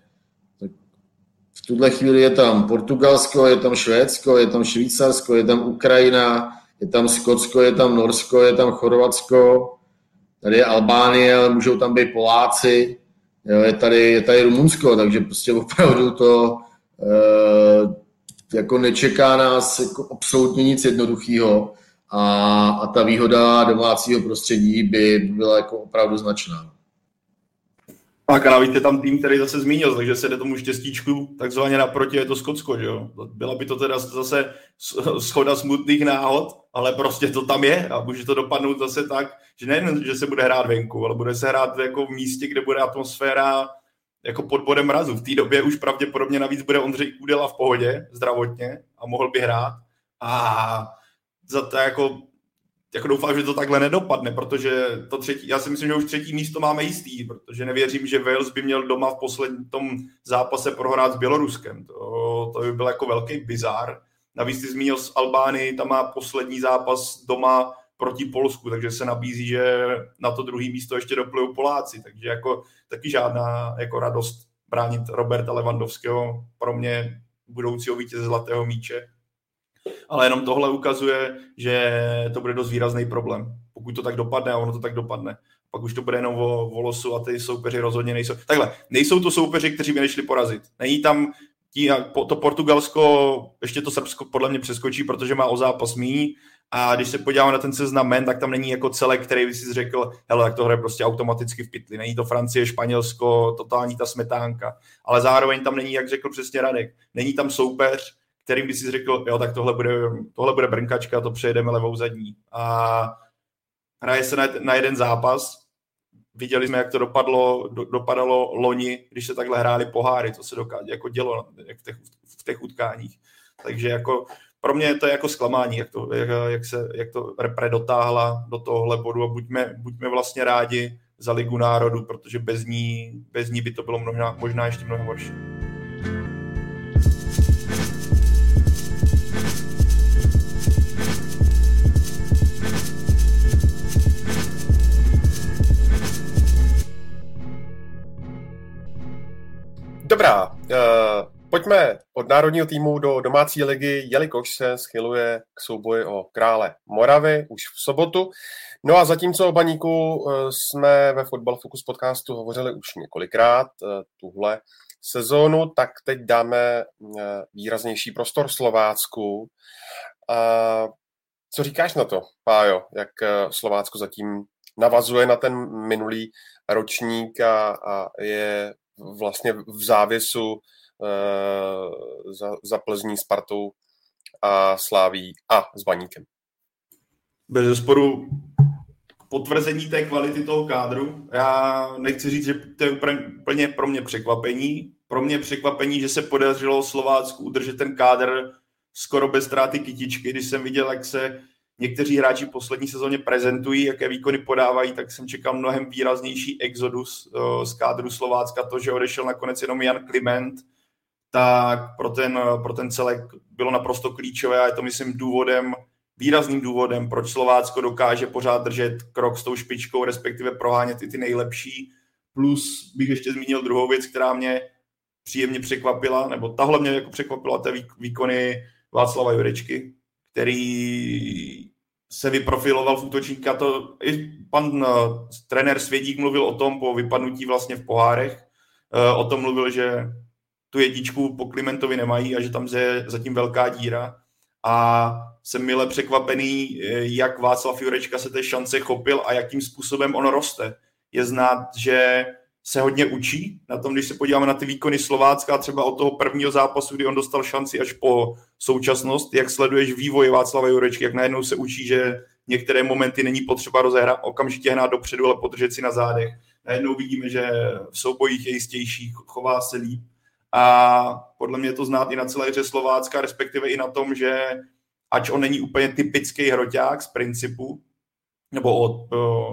v tuhle chvíli je tam Portugalsko, je tam Švédsko, je tam Švýcarsko, je tam Ukrajina, je tam Skotsko, je tam Norsko, je tam Chorvatsko, tady je Albánie, ale můžou tam být Poláci, jo, je, tady, je tady Rumunsko, takže prostě opravdu to e, jako nečeká nás jako absolutně nic jednoduchého a, a ta výhoda domácího prostředí by byla jako opravdu značná. Tak a navíc je tam tým, který zase zmínil, takže se jde tomu štěstíčku takzvaně naproti, je to Skotsko, že jo. Byla by to teda zase shoda smutných náhod, ale prostě to tam je a může to dopadnout zase tak, že nejen, že se bude hrát venku, ale bude se hrát jako v místě, kde bude atmosféra jako pod bodem mrazu. V té době už pravděpodobně navíc bude Ondřej Kůdela v pohodě zdravotně a mohl by hrát a za to jako jako doufám, že to takhle nedopadne, protože to třetí, já si myslím, že už třetí místo máme jistý, protože nevěřím, že Wales by měl doma v posledním tom zápase prohrát s Běloruskem. To, to by byl jako velký bizár. Navíc ty zmínil z Albánii, tam má poslední zápas doma proti Polsku, takže se nabízí, že na to druhé místo ještě doplujou Poláci, takže jako taky žádná jako radost bránit Roberta Lewandowského, pro mě budoucího vítěze zlatého míče. Ale jenom tohle ukazuje, že to bude dost výrazný problém. Pokud to tak dopadne a ono to tak dopadne. Pak už to bude jenom o, o losu a ty soupeři rozhodně nejsou. Takhle, nejsou to soupeři, kteří by nešli porazit. Není tam tí, to Portugalsko, ještě to Srbsko podle mě přeskočí, protože má o zápas míň. A když se podíváme na ten seznam men, tak tam není jako celek, který by si řekl, hele, tak to hraje prostě automaticky v pytli. Není to Francie, Španělsko, totální ta smetánka. Ale zároveň tam není, jak řekl přesně Radek, není tam soupeř, kterým by si řekl, jo, tak tohle bude, tohle bude brnkačka, to přejedeme levou zadní. A hraje se na, na jeden zápas. Viděli jsme, jak to dopadlo, do, dopadalo loni, když se takhle hráli poháry, to se dokáže, jako dělo v těch, v těch utkáních. Takže jako pro mě to je jako zklamání, jak to, jak, jak se, jak to repre dotáhla do tohohle bodu a buďme, buďme vlastně rádi za Ligu národů, protože bez ní, bez ní by to bylo možná, možná ještě mnohem horší. Dobrá, uh, Pojďme od národního týmu do domácí ligy, jelikož se schyluje k souboji o krále Moravy už v sobotu. No a zatímco o Baníku jsme ve Fotbal Focus podcastu hovořili už několikrát tuhle sezónu, tak teď dáme výraznější prostor Slovácku. Co říkáš na to, Pájo, jak Slovácko zatím navazuje na ten minulý ročník a, a je vlastně v závěsu uh, za, za Plzní, Spartou a Sláví a s Baníkem? Bez zesporu potvrzení té kvality toho kádru. Já nechci říct, že to je úplně pro mě překvapení. Pro mě překvapení, že se podařilo Slovácku udržet ten kádr skoro bez ztráty kytičky. Když jsem viděl, jak se někteří hráči v poslední sezóně prezentují, jaké výkony podávají, tak jsem čekal mnohem výraznější exodus uh, z kádru Slovácka. To, že odešel nakonec jenom Jan Kliment, tak pro ten, pro ten celek bylo naprosto klíčové a je to, myslím, důvodem, výrazným důvodem, proč Slovácko dokáže pořád držet krok s tou špičkou, respektive prohánět i ty nejlepší. Plus bych ještě zmínil druhou věc, která mě příjemně překvapila, nebo tahle mě jako překvapila, ty výkony Václava Jurečky, který se vyprofiloval v útočníka. To i pan uh, trenér Svědík mluvil o tom po vypadnutí vlastně v pohárech. Uh, o tom mluvil, že tu jedničku po Klimentovi nemají a že tam je zatím velká díra. A jsem mile překvapený, jak Václav Jurečka se té šance chopil a jakým způsobem on roste. Je znát, že se hodně učí. Na tom, když se podíváme na ty výkony Slovácka, třeba od toho prvního zápasu, kdy on dostal šanci až po současnost, jak sleduješ vývoj Václava Jurečky, jak najednou se učí, že některé momenty není potřeba rozehrát, okamžitě hnát dopředu, ale podržet si na zádech. Najednou vidíme, že v soubojích je jistější, chová se líp. A podle mě to znát i na celé hře Slovácka, respektive i na tom, že ač on není úplně typický hroťák z principu, nebo od,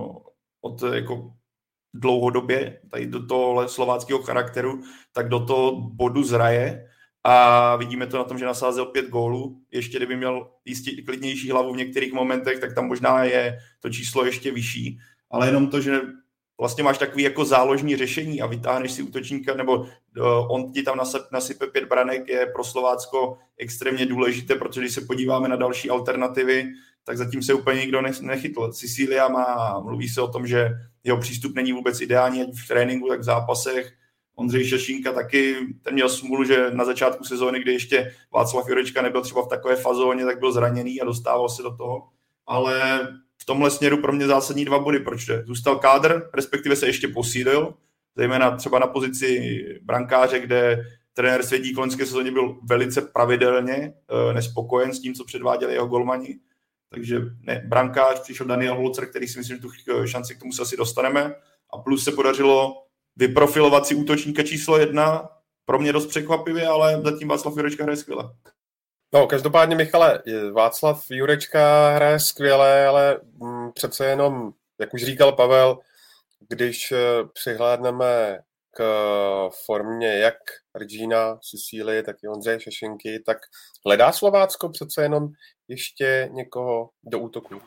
od jako dlouhodobě, tady do toho slováckého charakteru, tak do toho bodu zraje a vidíme to na tom, že nasázel pět gólů. Ještě kdyby měl jistě klidnější hlavu v některých momentech, tak tam možná je to číslo ještě vyšší, ale jenom to, že vlastně máš takový jako záložní řešení a vytáhneš si útočníka, nebo uh, on ti tam nasype pět branek, je pro Slovácko extrémně důležité, protože když se podíváme na další alternativy, tak zatím se úplně nikdo nechytl. Sicília má, mluví se o tom, že jeho přístup není vůbec ideální, ať v tréninku, tak v zápasech. Ondřej Šašínka taky, ten měl smůlu, že na začátku sezóny, kdy ještě Václav Jurečka nebyl třeba v takové fazóně, tak byl zraněný a dostával se do toho. Ale v tomhle směru pro mě zásadní dva body, proč jde. Zůstal kádr, respektive se ještě posílil, zejména třeba na pozici brankáře, kde trenér Svědík v loňské sezóně byl velice pravidelně nespokojen s tím, co předváděli jeho golmani. Takže ne, brankář, přišel Daniel Holzer, který si myslím, že tu šanci k tomu se asi dostaneme. A plus se podařilo vyprofilovat si útočníka číslo jedna. Pro mě dost překvapivě, ale zatím Václav Jurečka hraje skvěle. No, každopádně, Michale, Václav Jurečka hraje skvěle, ale m, přece jenom, jak už říkal Pavel, když přihlédneme k formě jak Regina Sicílie, tak i Ondřeje Šašinky, tak hledá Slovácko přece jenom ještě někoho do útoku?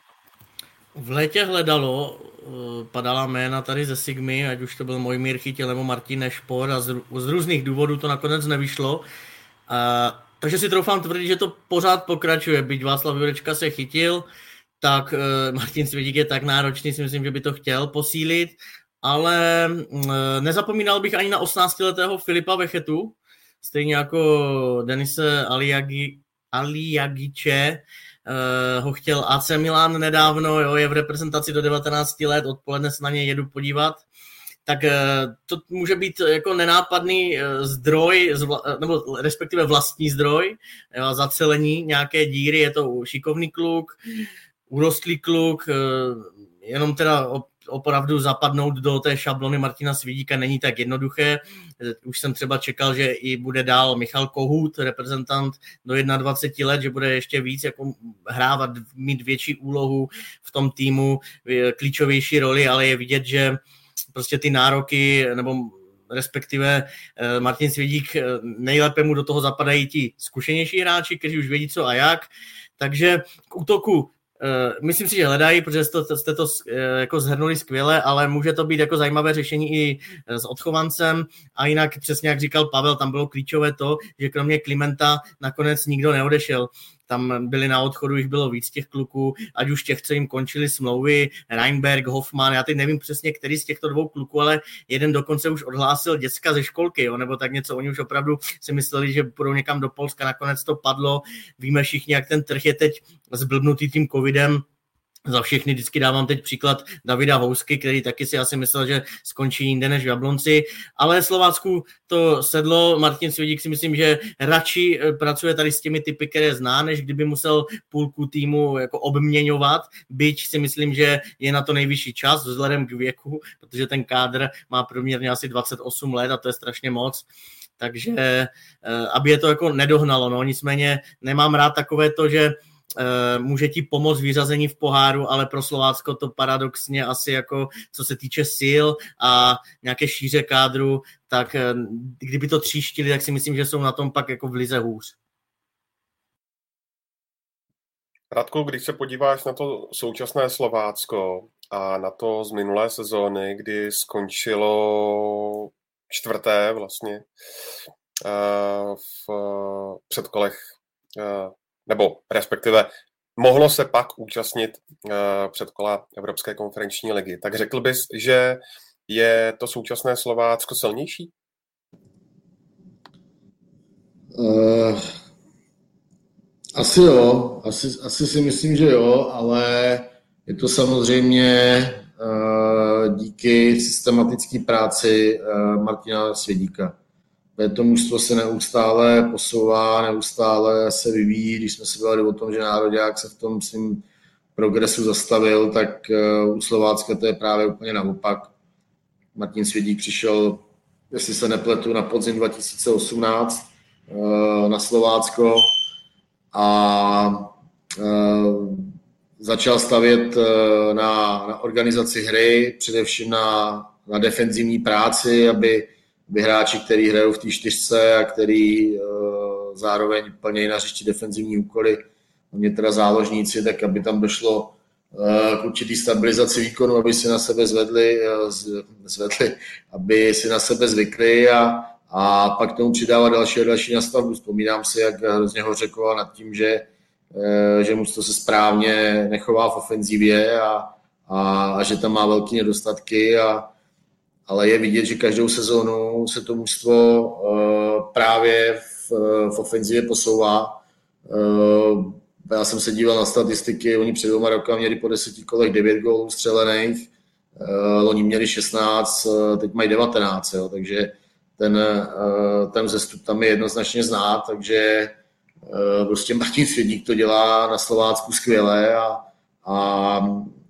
V létě hledalo, padala jména tady ze Sigmy, ať už to byl Mojmír Chytil nebo Martin Nešpor a z, z různých důvodů to nakonec nevyšlo. A, takže si troufám tvrdit, že to pořád pokračuje, byť Václav Jurečka se chytil, tak e, Martin Svědík je tak náročný, si myslím, že by to chtěl posílit, ale e, nezapomínal bych ani na osmnáctiletého Filipa Vechetu, stejně jako Denise Aliagi, Aliagiče, Uh, ho chtěl A C Milan nedávno, jo, je v reprezentaci do devatenácti let, odpoledne se na něj jedu podívat, tak uh, to může být jako nenápadný uh, zdroj, zvla, nebo respektive vlastní zdroj, jo, zacelení nějaké díry, je to šikovný kluk, urostlý kluk, uh, jenom teda opravdu zapadnout do té šablony Martina Svědíka není tak jednoduché. Už jsem třeba čekal, že i bude dál Michal Kohut, reprezentant do dvacet jedna let, že bude ještě víc jako hrávat, mít větší úlohu v tom týmu, klíčovější roli, ale je vidět, že prostě ty nároky, nebo respektive Martin Svědík, nejlépe mu do toho zapadají ti zkušenější hráči, kteří už vědí co a jak. Takže k útoku Uh, myslím si, že hledají, protože jste to, jste to uh, jako zhrnuli skvěle, ale může to být jako zajímavé řešení i s odchovancem a jinak přesně jak říkal Pavel, tam bylo klíčové to, že kromě Klimenta nakonec nikdo neodešel. Tam byli na odchodu, jich bylo víc těch kluků, ať už těch, co jim končili smlouvy, Reinberg, Hoffman, já teď nevím přesně, který z těchto dvou kluků, ale jeden dokonce už odhlásil děcka ze školky, jo, nebo tak něco, oni už opravdu si mysleli, že půjdou někam do Polska, nakonec to padlo, víme všichni, jak ten trh je teď zblbnutý tím covidem. Za všechny vždycky dávám teď příklad Davida Housky, který taky si asi myslel, že skončí jinde než v Jablonci, ale Slovácku to sedlo. Martin Svědík si myslím, že radši pracuje tady s těmi typy, které zná, než kdyby musel půlku týmu jako obměňovat, byť si myslím, že je na to nejvyšší čas vzhledem k věku, protože ten kádr má průměrně asi dvacet osm let a to je strašně moc. Takže aby je to jako nedohnalo, no nicméně nemám rád takové to, že může ti pomoct vyřazení v poháru, ale pro Slovácko to paradoxně asi jako co se týče sil a nějaké šíře kádru, tak kdyby to tříštili, tak si myslím, že jsou na tom pak jako v lize hůř. Radku, když se podíváš na to současné Slovácko a na to z minulé sezóny, kdy skončilo čtvrté vlastně v předkolech, nebo respektive mohlo se pak účastnit předkola Evropské konferenční ligy, tak řekl bys, že je to současné Slovácko silnější? Uh, asi jo, asi, asi si myslím, že jo, ale je to samozřejmě uh, díky systematické práci uh, Martina Svědíka. To mužstvo se neustále posouvá, neustále se vyvíjí. Když jsme se bavili o tom, že nároďák se v tom svým progresu zastavil, tak uh, u Slovácka to je právě úplně naopak. Martin Svědík přišel, jestli se nepletu, na podzim dva tisíce osmnáct uh, na Slovácko a uh, začal stavět uh, na, na organizaci hry, především na, na defenzivní práci, aby, aby hráči, kteří hrajou v té čtyřce a který uh, zároveň plnějí na hřišti defenzivní úkoly, mě teda záložníci, tak aby tam došlo uh, k určitý stabilizaci výkonu, aby si na sebe zvedli, uh, zvedli aby si na sebe zvykli a, a pak tomu přidávat další a další nastavbu. Vzpomínám si, jak hrozně hořekoval nad tím, že že mužstvo se správně nechová v ofenzivě a, a, a že tam má velké nedostatky, a, ale je vidět, že každou sezónu se to mužstvo uh, právě v, v ofenzivě posouvá. Uh, já jsem se díval na statistiky, oni před dvěma roky měli po deseti kolech devět gólů střelených, uh, oni měli šestnáct, uh, teď mají devatenáct, jo, takže ten, uh, ten vzestup tam je jednoznačně znát, takže prostě Martin Svědík to dělá na Slovácku skvěle a, a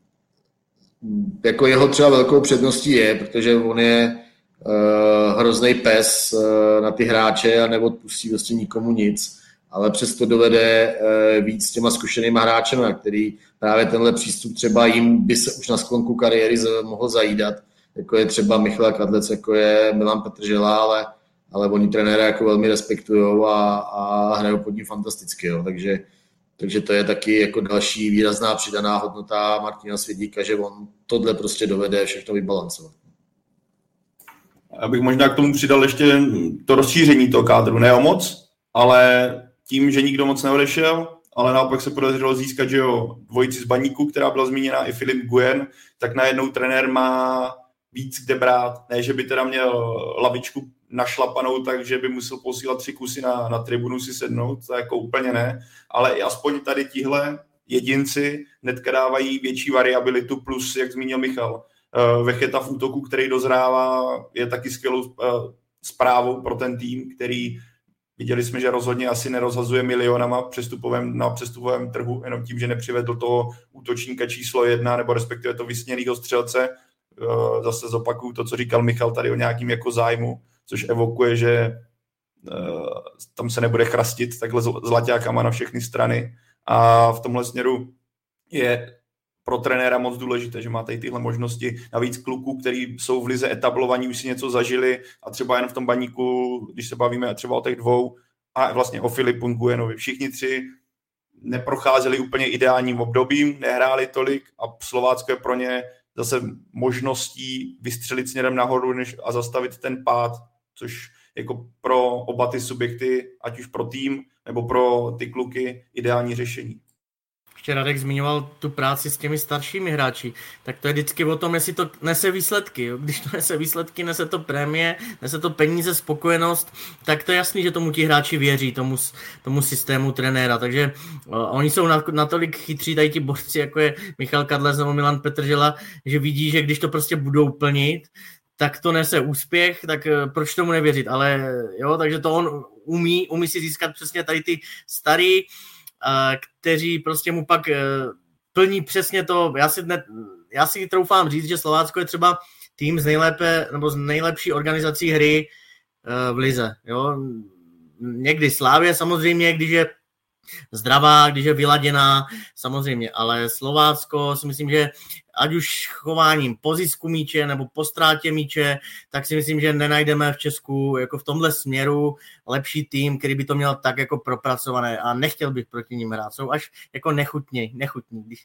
jako jeho třeba velkou předností je, protože on je uh, hrozný pes uh, na ty hráče a neodpustí vlastně nikomu nic, ale přesto dovede uh, víc s těma zkušenýma hráčema, který právě tenhle přístup třeba jim by se už na sklonku kariéry z, mohl zajídat, jako je třeba Michal Kadlec, jako je Milan Petržela, ale ale oni trenéra jako velmi respektujou a, a hrajou pod ním fantasticky. Jo. Takže, takže to je taky jako další výrazná přidaná hodnota Martina Svědíka, že on tohle prostě dovede všechno vybalancovat. Já bych možná k tomu přidal ještě to rozšíření toho kádru. Ne o moc, ale tím, že nikdo moc neodešel, ale naopak se podařilo získat, že jo, dvojici z Baníku, která byla zmíněna, i Filip Guyen, tak najednou trenér má víc kde brát. Ne, že by teda měl lavičku našlapanou, takže by musel posílat tři kusy na, na tribunu si sednout, to jako úplně ne, ale i aspoň tady tihle jedinci hnedka dávají větší variabilitu, plus, jak zmínil Michal, uh, Vecheta v útoku, který dozrává, je taky skvělou uh, zprávou pro ten tým, který viděli jsme, že rozhodně asi nerozhazuje milionama přestupovém, na přestupovém trhu, jenom tím, že nepřivedl toho útočníka číslo jedna, nebo respektive to vysněnýho střelce. Uh, zase zopakuju to, co říkal Michal tady o nějakým jako zájmu, což evokuje, že uh, tam se nebude chrastit takhle zlaťákama na všechny strany. A v tomhle směru je pro trenéra moc důležité, že má tady tyhle možnosti. Navíc kluků, kteří jsou v lize etablovaní, už si něco zažili a třeba jen v tom Baníku, když se bavíme třeba o těch dvou, a vlastně o Filipu Nguyenovi. Všichni tři neprocházeli úplně ideálním obdobím, nehráli tolik a Slovácko je pro ně zase možností vystřelit směrem nahoru než, a zastavit ten pád, což jako pro oba ty subjekty, ať už pro tým nebo pro ty kluky, ideální řešení. Ještě Radek zmiňoval tu práci s těmi staršími hráči, tak to je vždycky o tom, jestli to nese výsledky. Jo? Když to nese výsledky, nese to prémie, nese to peníze, spokojenost, tak to je jasný, že tomu ti hráči věří, tomu, tomu systému trenéra. Takže uh, oni jsou natolik chytří, tady ti borci, jako je Michal Kadlec nebo Milan Petržela, že vidí, že když to prostě budou plnit, tak to nese úspěch, tak uh, proč tomu nevěřit? Ale jo, takže to on umí, umí si získat přesně tady ty starý, kteří prostě mu pak plní přesně to. Já si, ne, já si troufám říct, že Slovácko je třeba tým z nejlépe, nebo z nejlepší organizací hry v lize. Jo? Někdy Slávě samozřejmě, když je zdravá, když je vyladěná, samozřejmě, ale Slovácko si myslím, že ať už chováním po zisku míče nebo po ztrátě míče, tak si myslím, že nenajdeme v Česku jako v tomhle směru lepší tým, který by to měl tak jako propracované a nechtěl bych proti ním hrát. Jsou až jako nechutní, nechutní. Když...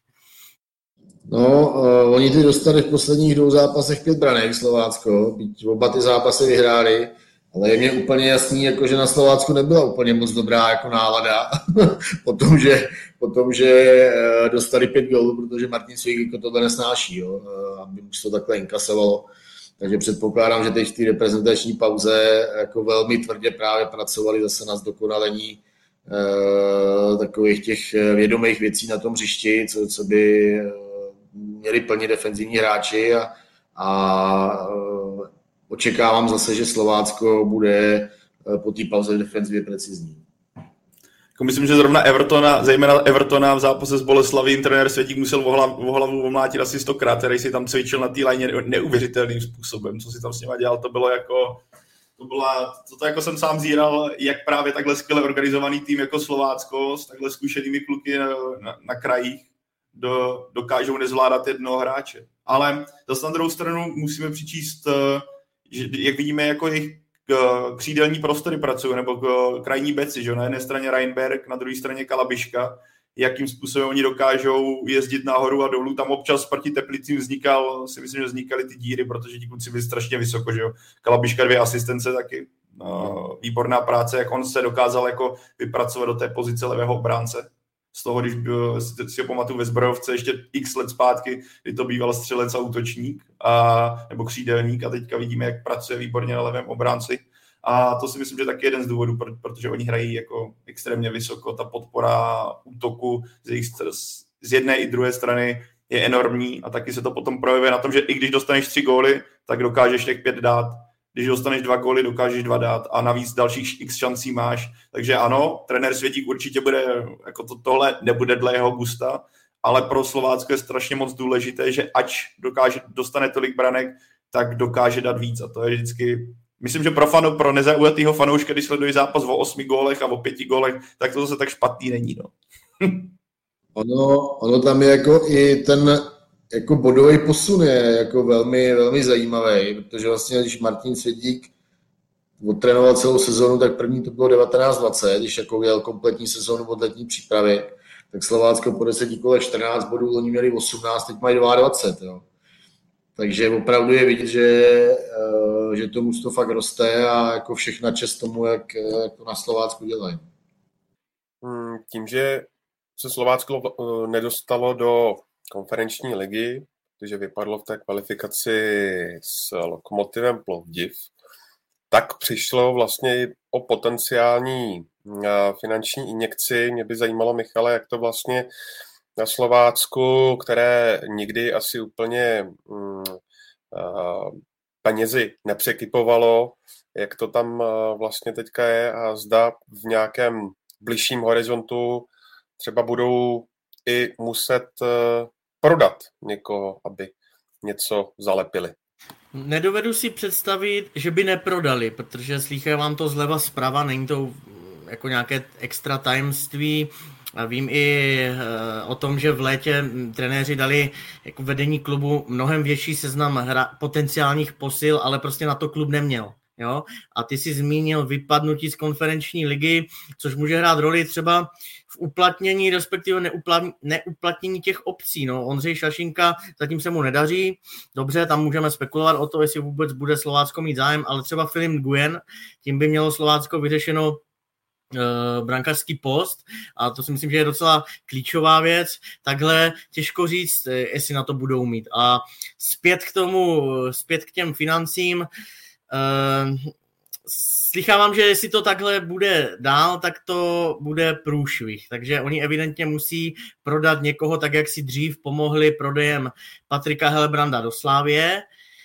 No, uh, oni ty dostali v posledních dvou zápasech pět branek Slovácko, byť oba ty zápasy vyhráli, ale je mně úplně jasný, jako, že na Slovácku nebyla úplně moc dobrá jako nálada po tom, že, po tom, že dostali pět gólů, protože Martin Svědík jako tohle nesnáší, jo, aby už to takhle inkasovalo. Takže předpokládám, že teď v té reprezentační pauze jako velmi tvrdě právě pracovali zase na zdokonalení eh, takových těch vědomých věcí na tom hřišti, co, co by měli plnit defenzivní hráči a, a očekávám zase, že Slovácko bude po té pauze v defenzivě precizní. Myslím, že zrovna Evertona, zejména Evertona v zápase s Boleslaví trenér Světík musel o hlavu, o hlavu omlátit asi stokrát, který si tam cvičil na té lajně neuvěřitelným způsobem, co si tam s nima dělal, to bylo jako, to byla, to, to jako jsem sám zíral, jak právě takhle skvěle organizovaný tým jako Slovácko s takhle zkušenými kluky na, na, na krajích do, dokážou nezvládat jednoho hráče. Ale zase na druhou stranu musíme přičíst, že, jak vidíme, jako jejich křídelní prostory pracují, nebo krajní beci, že na jedné straně Reinberg, na druhé straně Kalabiška, jakým způsobem oni dokážou jezdit nahoru a dolů. Tam občas proti Teplicím vznikal, si myslím, že vznikaly ty díry, protože ti kluci byli strašně vysoko, že jo. Kalabiška dvě asistence taky. Výborná práce, jak on se dokázal jako vypracovat do té pozice levého obránce. Z toho, když byl, si ho pamatuju ve Zbrojovce ještě x let zpátky, kdy to býval střelec a útočník, a, nebo křídelník, a teďka vidíme, jak pracuje výborně na levém obránci. A to si myslím, že taky jeden z důvodů, protože oni hrají jako extrémně vysoko. Ta podpora útoku z, jejich, z jedné i druhé strany je enormní a taky se to potom projevuje na tom, že i když dostaneš tři góly, tak dokážeš těch pět dát. Když dostaneš dva góly, dokážeš dva dát a navíc dalších x šancí máš. Takže ano, trenér Světík určitě bude, jako to, tohle nebude dle jeho gusta, ale pro Slovácko je strašně moc důležité, že ač dokáže, dostane tolik branek, tak dokáže dát víc. A to je vždycky, myslím, že pro, fanu, pro nezaujatýho fanouška, když sleduje zápas o osmi gólech a o pěti gólech, tak to zase tak špatný není. No. ono, ono tam je jako i ten jako bodový posun je jako velmi, velmi zajímavý, protože vlastně, když Martin Svědík odtrénoval celou sezonu, tak první to bylo devatenáct dvacet, když jako jel kompletní sezonu od letní přípravy, tak Slovácko po deseti kolech čtrnáct bodů, oni měli osmnáct, teď mají dvacet dva. Jo. Takže opravdu je vidět, že, že to mužstvo fakt roste a jako všechna čest tomu, jak, jak to na Slovácku dělají. Tím, že se Slovácko nedostalo do konferenční ligy, protože vypadlo v té kvalifikaci s Lokomotivem Plovdiv, tak přišlo vlastně o potenciální finanční injekci. Mě by zajímalo, Michale, jak to vlastně na Slovácku, které nikdy asi úplně mm, penězi nepřekypovalo, jak to tam vlastně teďka je a zda v nějakém bližším horizontu třeba budou i muset prodat někoho, aby něco zalepili. Nedovedu si představit, že by neprodali, protože slýchá vám to zleva zprava, není to jako nějaké extra tajemství. Vím i o tom, že v létě trenéři dali jako vedení klubu mnohem větší seznam hra, potenciálních posil, ale prostě na to klub neměl. Jo? A ty si zmínil vypadnutí z konferenční ligy, což může hrát roli třeba v uplatnění, respektive neupla- neuplatnění těch opcí. No, Ondřej Šašinka, zatím se mu nedaří. Dobře, tam můžeme spekulovat o to, jestli vůbec bude Slovácko mít zájem, ale třeba Filip Nguyen, tím by mělo Slovácko vyřešeno uh, brankářský post a to si myslím, že je docela klíčová věc. Takhle těžko říct, jestli na to budou mít. A zpět k tomu, zpět k těm financím, uh, slychávám, že jestli to takhle bude dál, tak to bude průšvih. Takže oni evidentně musí prodat někoho tak, jak si dřív pomohli prodejem Patrika Helebranda do Slavie.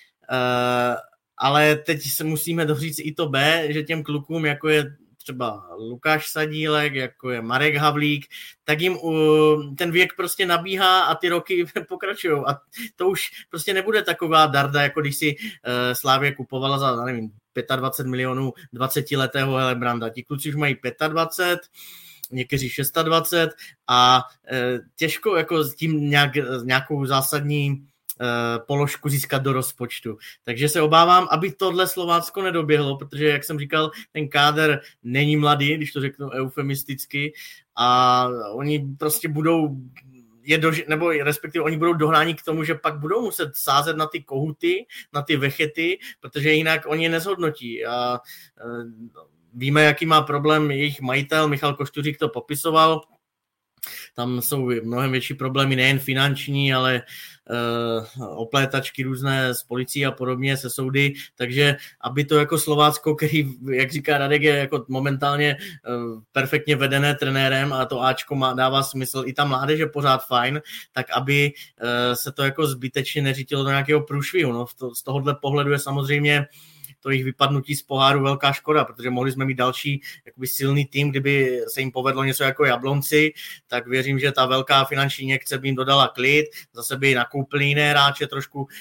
Ale teď se musíme doříct i to B, že těm klukům, jako je třeba Lukáš Sadílek, jako je Marek Havlík, tak jim ten věk prostě nabíhá a ty roky pokračují. A to už prostě nebude taková darda, jako když si Slavie kupovala za, nevím, dvacet pět milionů dvacetiletého Helebranda. Ti kluci už mají dvacet pět, někteří dvacet šest a e, těžko jako s tím nějak, nějakou zásadní e, položku získat do rozpočtu. Takže se obávám, aby tohle Slovácko nedoběhlo, protože, jak jsem říkal, ten kádr není mladý, když to řeknu eufemisticky, a oni prostě budou je dož- nebo respektive oni budou dohnáni k tomu, že pak budou muset sázet na ty kohuty, na ty vechety, protože jinak oni je nezhodnotí. A e, víme, jaký má problém jejich majitel, Michal Koštuřík to popisoval. Tam jsou mnohem větší problémy, nejen finanční, ale uh, oplétačky různé s policií a podobně, se soudy, takže aby to jako Slovácko, který, jak říká Radek, je jako momentálně uh, perfektně vedené trenérem a to Ačko má, dává smysl, i ta mládež je pořád fajn, tak aby uh, se to jako zbytečně neřítilo do nějakého průšvihu. No, to, z tohohle pohledu je samozřejmě to jejich vypadnutí z poháru velká škoda, protože mohli jsme mít další jakoby silný tým, kdyby se jim povedlo něco jako Jablonci, tak věřím, že ta velká finanční injekce by jim dodala klid, zase by nakoupili jiné hráče trošku, uh,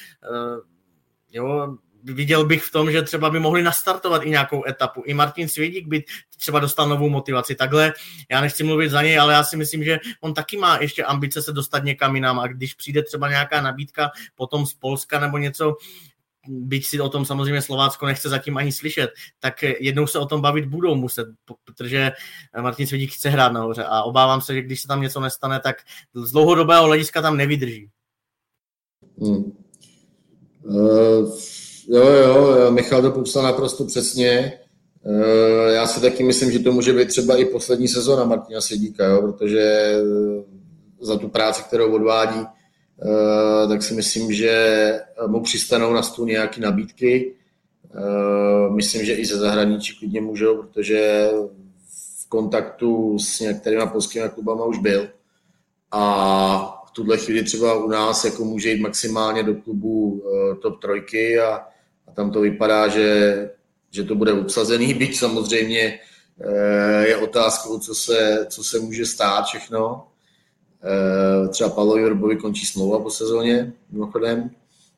jo, viděl bych v tom, že třeba by mohli nastartovat i nějakou etapu. I Martin Svědík by třeba dostal novou motivaci. Takhle, já nechci mluvit za něj, ale já si myslím, že on taky má ještě ambice se dostat někam jinam a když přijde třeba nějaká nabídka potom z Polska nebo něco, byť si o tom samozřejmě Slovácko nechce zatím ani slyšet, tak jednou se o tom bavit budou muset, protože Martin Svědík chce hrát nahoře a obávám se, že když se tam něco nestane, tak z dlouhodobého hlediska tam nevydrží. Hmm. Uh, jo, jo, Michal to popsal naprosto přesně. Uh, já si taky myslím, že to může být třeba i poslední sezóna Martina Svědíka, jo, protože za tu práci, kterou odvádí, Uh, tak si myslím, že mu přistanou na stůl nějaké nabídky. Uh, myslím, že i ze zahraničí klidně můžou, protože v kontaktu s některýma polskými klubama už byl. A v tuhle chvíli třeba u nás jako může jít maximálně do klubu uh, top trojky a, a tam to vypadá, že, že to bude obsazený, byť samozřejmě uh, je otázkou, co se, co se může stát všechno. Třeba Pavlovi Vrbovi končí smlouva po sezóně, mimochodem.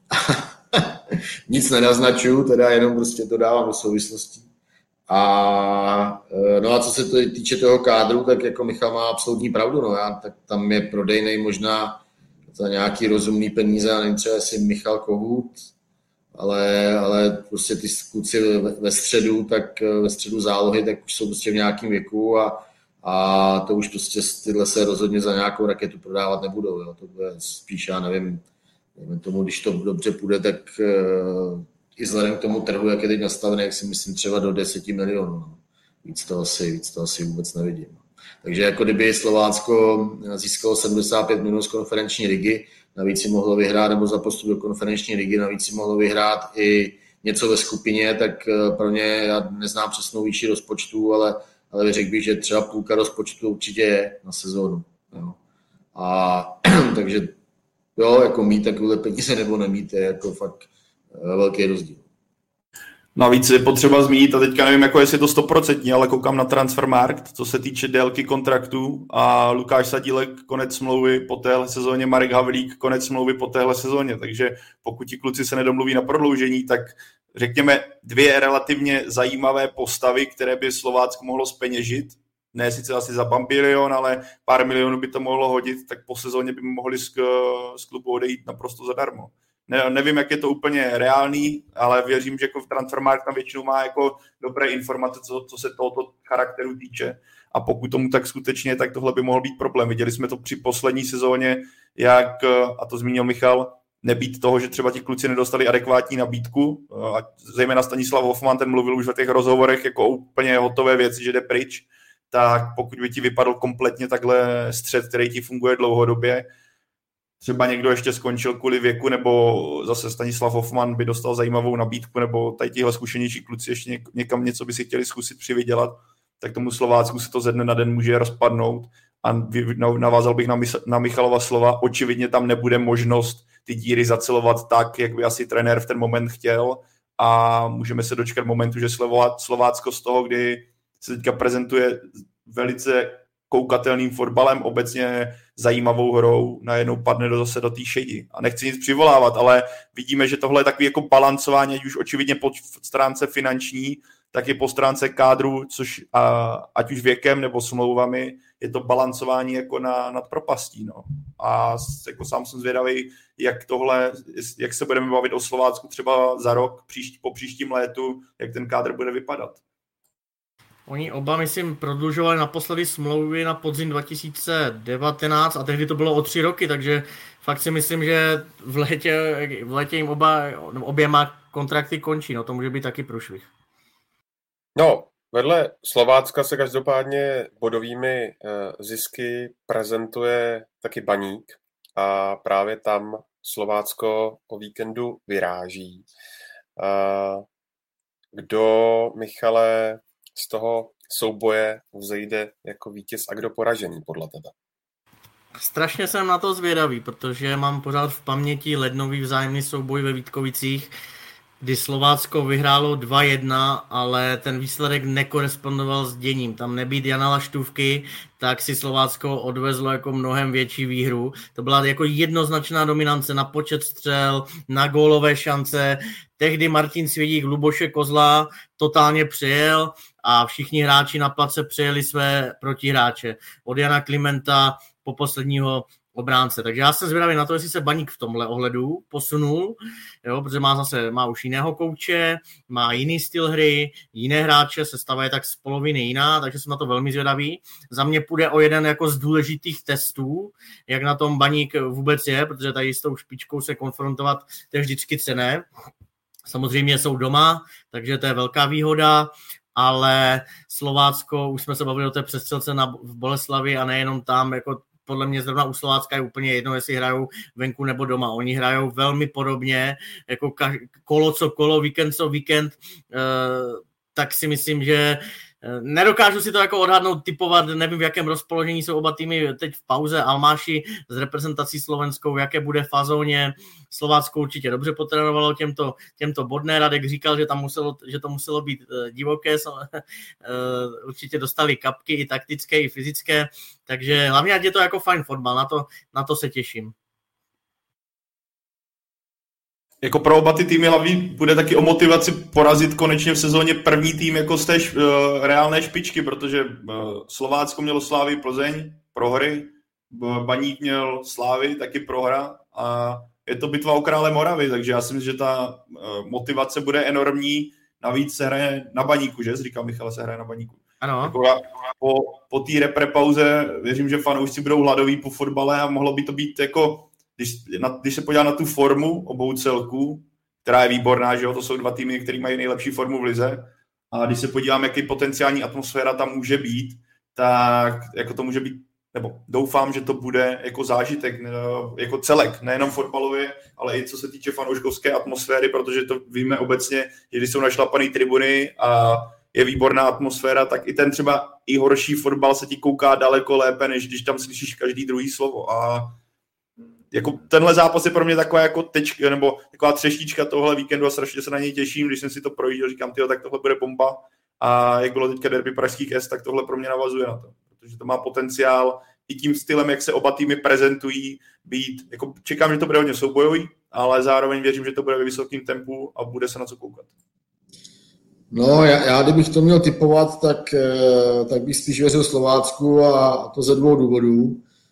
Nic nenaznačuju, teda jenom prostě to dávám do souvislostí. A, no a co se to týče toho kádru, tak jako Michal má absolutní pravdu. No, já, tak tam je prodejnej možná za nějaký rozumný peníze, a nevím třeba jestli Michal Kohut, ale, ale prostě ty kluci ve, ve středu, tak ve středu zálohy, tak už jsou prostě v nějakém věku a A to už prostě tyhle se rozhodně za nějakou raketu prodávat nebudou. Jo. To bude spíš, já nevím, nevím tomu, když to dobře půjde, tak uh, i vzhledem k tomu trhu, jak je teď nastavený, jak si myslím třeba do deseti milionů. No. Víc to asi, víc to asi vůbec nevidím. Takže jako kdyby Slovácko získalo sedmdesát pět minut z konferenční ligy, navíc si mohlo vyhrát, nebo za postup do konferenční ligy, navíc si mohlo vyhrát i něco ve skupině, tak pro ně, já neznám přesnou výši rozpočtu, ale ale řekl bych, že třeba půlka rozpočtu určitě je na sezónu. Jo. A takže jo, jako mít takové peníze nebo nemít je jako fakt velký rozdíl. Navíc je potřeba zmínit, a teďka nevím, jako jestli je to stoprocentní, ale koukám na Transfermarkt, co se týče délky kontraktu a Lukáš Sadílek konec smlouvy po téhle sezóně, Marek Havlík konec smlouvy po téhle sezóně, takže pokud ti kluci se nedomluví na prodloužení, tak řekněme dvě relativně zajímavé postavy, které by Slovácko mohlo zpeněžit, ne sice asi za pampilion, ale pár milionů by to mohlo hodit, tak po sezóně by mohli z, z klubu odejít naprosto zadarmo. Ne, nevím, jak je to úplně reálný, ale věřím, že jako v Transfermarkt tam většinou má jako dobré informace, co, co se tohoto charakteru týče. A pokud tomu tak skutečně, tak tohle by mohl být problém. Viděli jsme to při poslední sezóně, jak, a to zmínil Michal, nebýt toho, že třeba ti kluci nedostali adekvátní nabídku, a zejména Stanislav Hoffmann, ten mluvil už v těch rozhovorech jako úplně hotové věci, že jde pryč, tak pokud by ti vypadl kompletně takhle střed, který ti funguje dlouhodobě, třeba někdo ještě skončil kvůli věku, nebo zase Stanislav Hoffmann by dostal zajímavou nabídku, nebo tady tihle zkušenější kluci ještě někam něco by si chtěli zkusit přivydělat, tak tomu Slovácku se to ze dne na den může rozpadnout. A navázal bych na, na Michalova slova, očividně tam nebude možnost ty díry zacelovat tak, jak by asi trenér v ten moment chtěl, a můžeme se dočkat momentu, že Slovácko z toho, kdy se teďka prezentuje velice koukatelným fotbalem, obecně zajímavou hrou, najednou padne do zase do té šedi. A nechci nic přivolávat, ale vidíme, že tohle je takový jako balancování, ať už očividně po stránce finanční, tak i po stránce kádru, což a, ať už věkem nebo smlouvami, je to balancování jako na, nad propastí. No. A jako sám jsem zvědavý, jak tohle, jak se budeme bavit o Slovácku třeba za rok, příští, po příštím létu, jak ten kádr bude vypadat. Oni oba, myslím, prodlužovali naposledy smlouvy na podzim dva tisíce devatenáct a tehdy to bylo o tři roky, takže fakt si myslím, že v létě, v létě jim oba, oběma kontrakty končí, no to může být taky průšvih. No, vedle Slovácka se každopádně bodovými zisky prezentuje taky Baník a právě tam Slovácko o víkendu vyráží. Kdo, Michale, z toho souboje vzejde jako vítěz a kdo poražený podle tebe? Strašně jsem na to zvědavý, protože mám pořád v paměti lednový vzájemný souboj ve Vítkovicích, kdy Slovácko vyhrálo dva jedna, ale ten výsledek nekorespondoval s děním. Tam nebýt Jana Laštůvky, tak si Slovácko odvezlo jako mnohem větší výhru. To byla jako jednoznačná dominance na počet střel, na gólové šance. Tehdy Martin Svědík Luboše Kozla totálně přejel a všichni hráči na place přejeli své protihráče. Od Jana Klimenta po posledního obránce. Takže já jsem zvědavý na to, jestli se Baník v tomhle ohledu posunul, jo, protože má zase má už jiného kouče, má jiný styl hry, jiné hráče, sestava je tak z poloviny jiná, takže jsem na to velmi zvědavý. Za mě půjde o jeden jako z důležitých testů, jak na tom Baník vůbec je, protože tady s tou špičkou se konfrontovat, to je vždycky cenné. Samozřejmě jsou doma, takže to je velká výhoda, ale Slovácko, už jsme se bavili o té přestřelce na, v Boleslavi a nejenom tam, jako podle mě zrovna u Slovácka je úplně jedno, jestli hrajou venku nebo doma. Oni hrajou velmi podobně, jako ka- kolo co kolo, víkend co víkend, e, tak si myslím, že nedokážu si to jako odhadnout, typovat, nevím, v jakém rozpoložení jsou oba týmy teď v pauze. Almáši s reprezentací slovenskou, v jaké bude fazóně. Slovácko určitě dobře potrénovalo těmto, těmto Bodné. Radek říkal, že, tam muselo, že to muselo být divoké. Určitě dostali kapky i taktické, i fyzické. Takže hlavně, ať je to jako fajn fotbal, na to, na to se těším. Jako pro oba ty týmy hlavně bude taky o motivaci porazit konečně v sezóně první tým jako z té š, uh, reálné špičky, protože uh, Slovácko mělo Slávy Plzeň, prohry, Baník měl Slávy, taky prohra a je to bitva o krále Moravy, takže já si myslím, že ta uh, motivace bude enormní, navíc se hraje na Baníku, že? Říkal Michal, se hraje na Baníku. Ano. Jako po, po té repre pauze věřím, že fanoušci budou hladoví po fotbale a mohlo by to být jako Když, na, když se podívá na tu formu obou celků, která je výborná, že jo, to jsou dva týmy, které mají nejlepší formu v lize, a když se podívám, jaký potenciální atmosféra tam může být, tak jako to může být, nebo doufám, že to bude jako zážitek, jako celek, nejenom fotbalově, ale i co se týče fanouškovské atmosféry, protože to víme obecně, že když jsou našlapaný tribuny a je výborná atmosféra, tak i ten třeba i horší fotbal se ti kouká daleko lépe, než když tam slyšíš každý druhý slovo. A jako tenhle zápas je pro mě taková jako tečka, nebo taková třeštička tohle víkendu a strašně se na něj těším, když jsem si to projížděl, říkám, tyjo, tak tohle bude bomba. A jak bylo teďka derby pražských S, tak tohle pro mě navazuje na to, protože to má potenciál i tím stylem, jak se oba týmy prezentují, být, jako čekám, že to bude hodně soubojový, ale zároveň věřím, že to bude ve vysokém tempu a bude se na co koukat. No, já, já kdybych to měl tipovat, tak, tak bych spíš věřil Slovácku, a to ze dvou důvodů.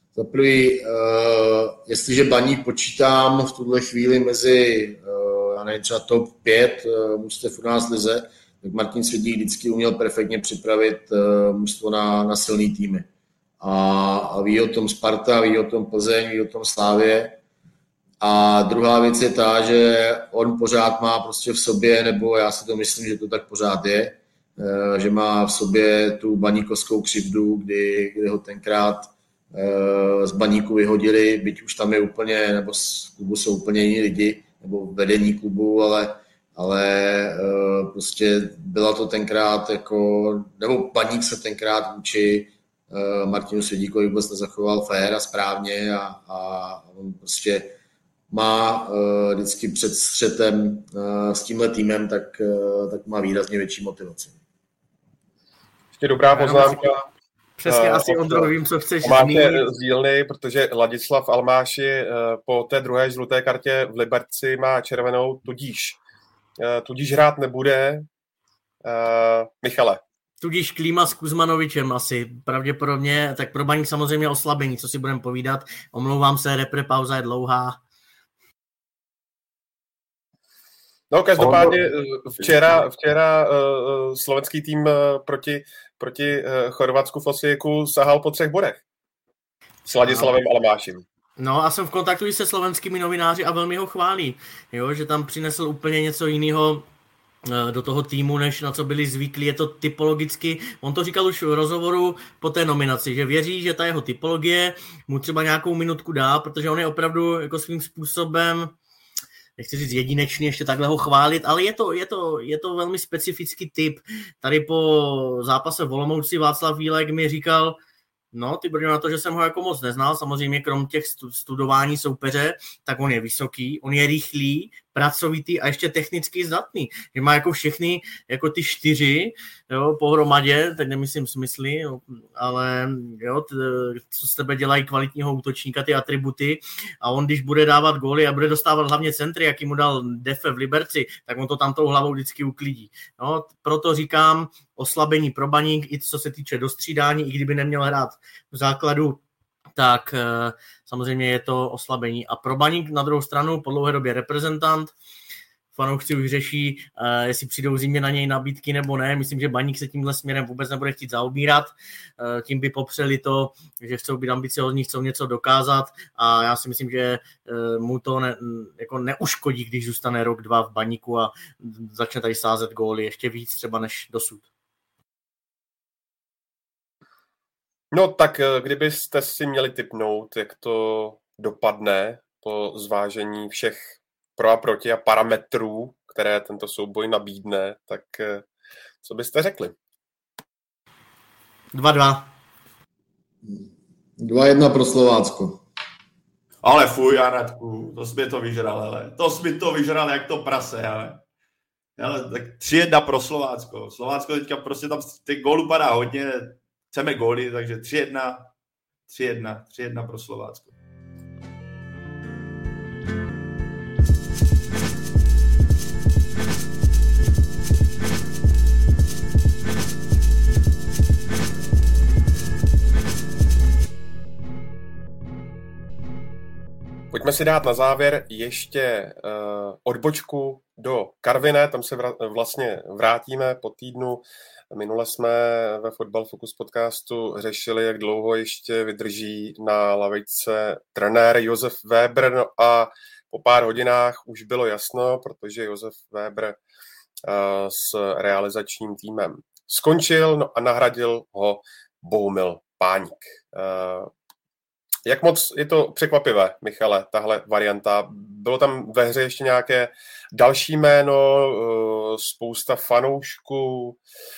Za prvý, uh, jestliže Baník počítám v tuhle chvíli mezi, uh, já nevím, třeba top pět uh, mužstev u nás lize, tak Martin Svědík vždycky uměl perfektně připravit uh, mužstvo na, na silný týmy. A, a ví o tom Sparta, ví o tom Plzeň, ví o tom Slávě. A druhá věc je ta, že on pořád má prostě v sobě, nebo já si to myslím, že to tak pořád je, uh, že má v sobě tu baníkovskou křivdu, kdy, kdy ho tenkrát z Baníku vyhodili, byť už tam je úplně, nebo z klubu jsou úplně jiní lidi, nebo vedení klubu, ale, ale prostě byla to tenkrát jako, nebo Baník se tenkrát vůči Martinu Svědíkovi vůbec nezachoval fér a správně a, a on prostě má vždycky před střetem s tímhle týmem, tak, tak má výrazně větší motivaci. Ještě dobrá poznámka. Přesně, uh, asi Ondro, vím, co chceš zmínit. Z dílny, protože Ladislav Almáši uh, po té druhé žluté kartě v Liberci má červenou, tudíž, uh, tudíž hrát nebude. Uh, Michale. Tudíž Klíma s Kuzmanovičem asi pravděpodobně, tak pro Baník samozřejmě oslabení, co si budeme povídat. Omlouvám se, repre pauza je dlouhá. No, každopádně včera, včera uh, slovenský tým uh, proti, proti uh, Chorvatsku v Osijeku sahal po třech bodech s Ladislavem no. Almášem. No a jsem v kontaktu se slovenskými novináři a velmi ho chválí, jo, že tam přinesl úplně něco jiného uh, do toho týmu, než na co byli zvyklí. Je to typologicky, on to říkal už v rozhovoru po té nominaci, že věří, že ta jeho typologie mu třeba nějakou minutku dá, protože on je opravdu jako svým způsobem, nechci říct jedinečný, ještě takhle ho chválit, ale je to, je to, je to velmi specifický typ. Tady po zápase v Olomouci Václav Vílek mi říkal, no, ty brďo na to, že jsem ho jako moc neznal, samozřejmě krom těch studování soupeře, tak on je vysoký, on je rychlý, pracovitý a ještě technicky zdatný. Že má jako všechny, jako ty čtyři, jo, pohromadě, teď nemyslím smysly, jo, ale jo, t, co z tebe dělají kvalitního útočníka, ty atributy, a on, když bude dávat góly a bude dostávat hlavně centry, jaký mu dal Defe v Liberci, tak on to tam tou hlavou vždycky uklidí. No, proto říkám, oslabení pro Baník, i co se týče dostřídání, i kdyby neměl hrát v základu, tak e, samozřejmě je to oslabení. A pro Baník na druhou stranu po dlouhé době reprezentant, fanoušci už řeší, e, jestli přijdou zimě na něj nabídky nebo ne. Myslím, že Baník se tímhle směrem vůbec nebude chtít zaobírat. E, tím by popřeli to, že chcou být ambiciozní, chcou něco dokázat a já si myslím, že e, mu to ne, jako neuškodí, když zůstane rok, dva v Baníku a začne tady sázet góly ještě víc třeba než dosud. No tak kdybyste si měli tipnout, jak to dopadne po zvážení všech pro a proti a parametrů, které tento souboj nabídne, tak co byste řekli? dva dva. dva jedna pro Slovácko. Ale fuj, Janetku, to jsi mi to vyžral, ale. To jsi mi to vyžral, jak to prase, ale. ale tak tři jedna pro Slovácko. Slovácko teďka prostě tam těch gólů padá hodně, chceme góly, takže tři jedna, tři jedna, tři jedna pro Slovácko. Pojďme si dát na závěr ještě uh, odbočku do Karviné, tam se vra- vlastně vrátíme po týdnu. Minule jsme ve Fotbal Focus podcastu řešili, jak dlouho ještě vydrží na lavičce trenér Josef Weber, no a po pár hodinách už bylo jasno, protože Josef Weber uh, s realizačním týmem skončil, no a nahradil ho Bohumil Páník. Uh, Jak moc je to překvapivé, Michale, tahle varianta? Bylo tam ve hře ještě nějaké další jméno, spousta fanoušků,